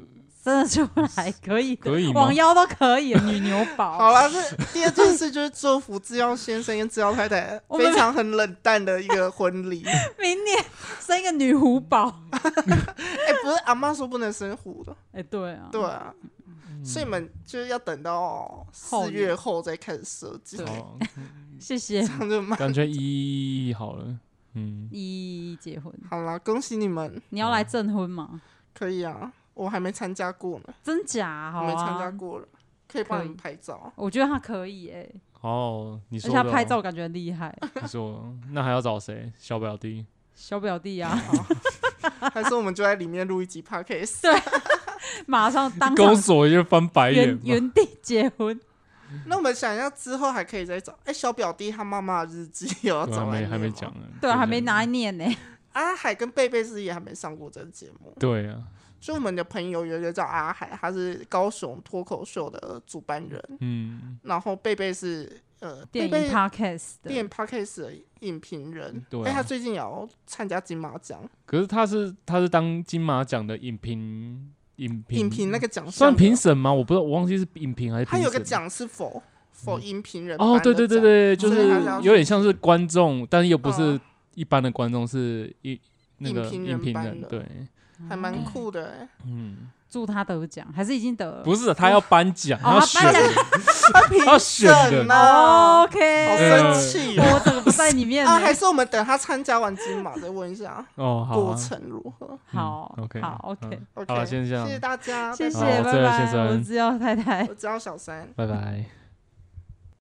Speaker 3: 生得出来，可以的，
Speaker 1: 可以吗
Speaker 3: 网腰都可以，女牛宝。
Speaker 2: 好啦，这第二件事就是祝福制药先生跟制药太太非常很冷淡的一个婚礼。
Speaker 3: 明年生一个女虎宝。
Speaker 2: 哎、欸，不是阿妈说不能生虎的。
Speaker 3: 哎、欸，对啊，
Speaker 2: 对啊。所以你们就是要等到四月后再开始设计。
Speaker 3: 谢谢。
Speaker 1: 感觉一好了，嗯，
Speaker 3: 一结婚。
Speaker 2: 好啦，恭喜你们！
Speaker 3: 你要来证婚吗？
Speaker 2: 可以啊，我还没参加过呢。
Speaker 3: 真假？好啊，
Speaker 2: 没参加过了，可以帮你们拍照。
Speaker 3: 我觉得他可以哎、欸。
Speaker 1: 哦，你说
Speaker 3: 的、喔，而且他拍照感觉很厉害。
Speaker 1: 你说，那还要找谁？小表弟。
Speaker 3: 小表弟啊。
Speaker 2: 还是我们就在里面录一集 podcast。
Speaker 3: 对。马上当
Speaker 1: 公所就翻白眼，
Speaker 3: 原地结婚。
Speaker 2: 那我们想要之后还可以再找，哎、欸，小表弟他妈妈的日记有要找来念吗？
Speaker 1: 还没讲呢，
Speaker 3: 对啊，还没拿来念呢。
Speaker 2: 阿海跟贝贝是也还没上过这个节目。
Speaker 1: 对啊，
Speaker 2: 就我们的朋友有一个叫阿海，他是高雄脱口秀的主办人，
Speaker 1: 嗯，
Speaker 2: 然后贝贝是呃
Speaker 3: 电影 podcast 的
Speaker 2: 电影 podcast 的影评人，
Speaker 1: 对、啊，
Speaker 2: 哎、欸，他最近也要参加金马奖，
Speaker 1: 可是他是他是当金马奖的影评。影评
Speaker 2: 影评那个奖项
Speaker 1: 算评审吗？我不知道，我忘记是影评还是评审。
Speaker 2: 他有个奖是否否影评人
Speaker 1: 哦，对对对对，就是有点像是观众，但是又不是一般的观众，是一那个影评人，对，
Speaker 2: 还蛮酷的哎。
Speaker 1: 嗯，
Speaker 3: 祝他得奖，还是已经得了？
Speaker 1: 不是，他要颁奖，他要选，
Speaker 2: 他
Speaker 1: 要选
Speaker 2: 的。
Speaker 3: OK，
Speaker 2: 好生气
Speaker 3: 哦，我整个不在里面
Speaker 2: 啊！还是我们等他参加完金马再问一下
Speaker 1: 哦，
Speaker 2: 过程如何？
Speaker 3: 好
Speaker 1: ，OK，
Speaker 3: 好 ，OK，
Speaker 2: OK，
Speaker 1: 好，先这样，
Speaker 2: 谢谢大家，
Speaker 3: 谢谢，拜拜。
Speaker 1: 我是
Speaker 3: 我是制药太太，
Speaker 2: 我知道小三，
Speaker 1: 拜拜。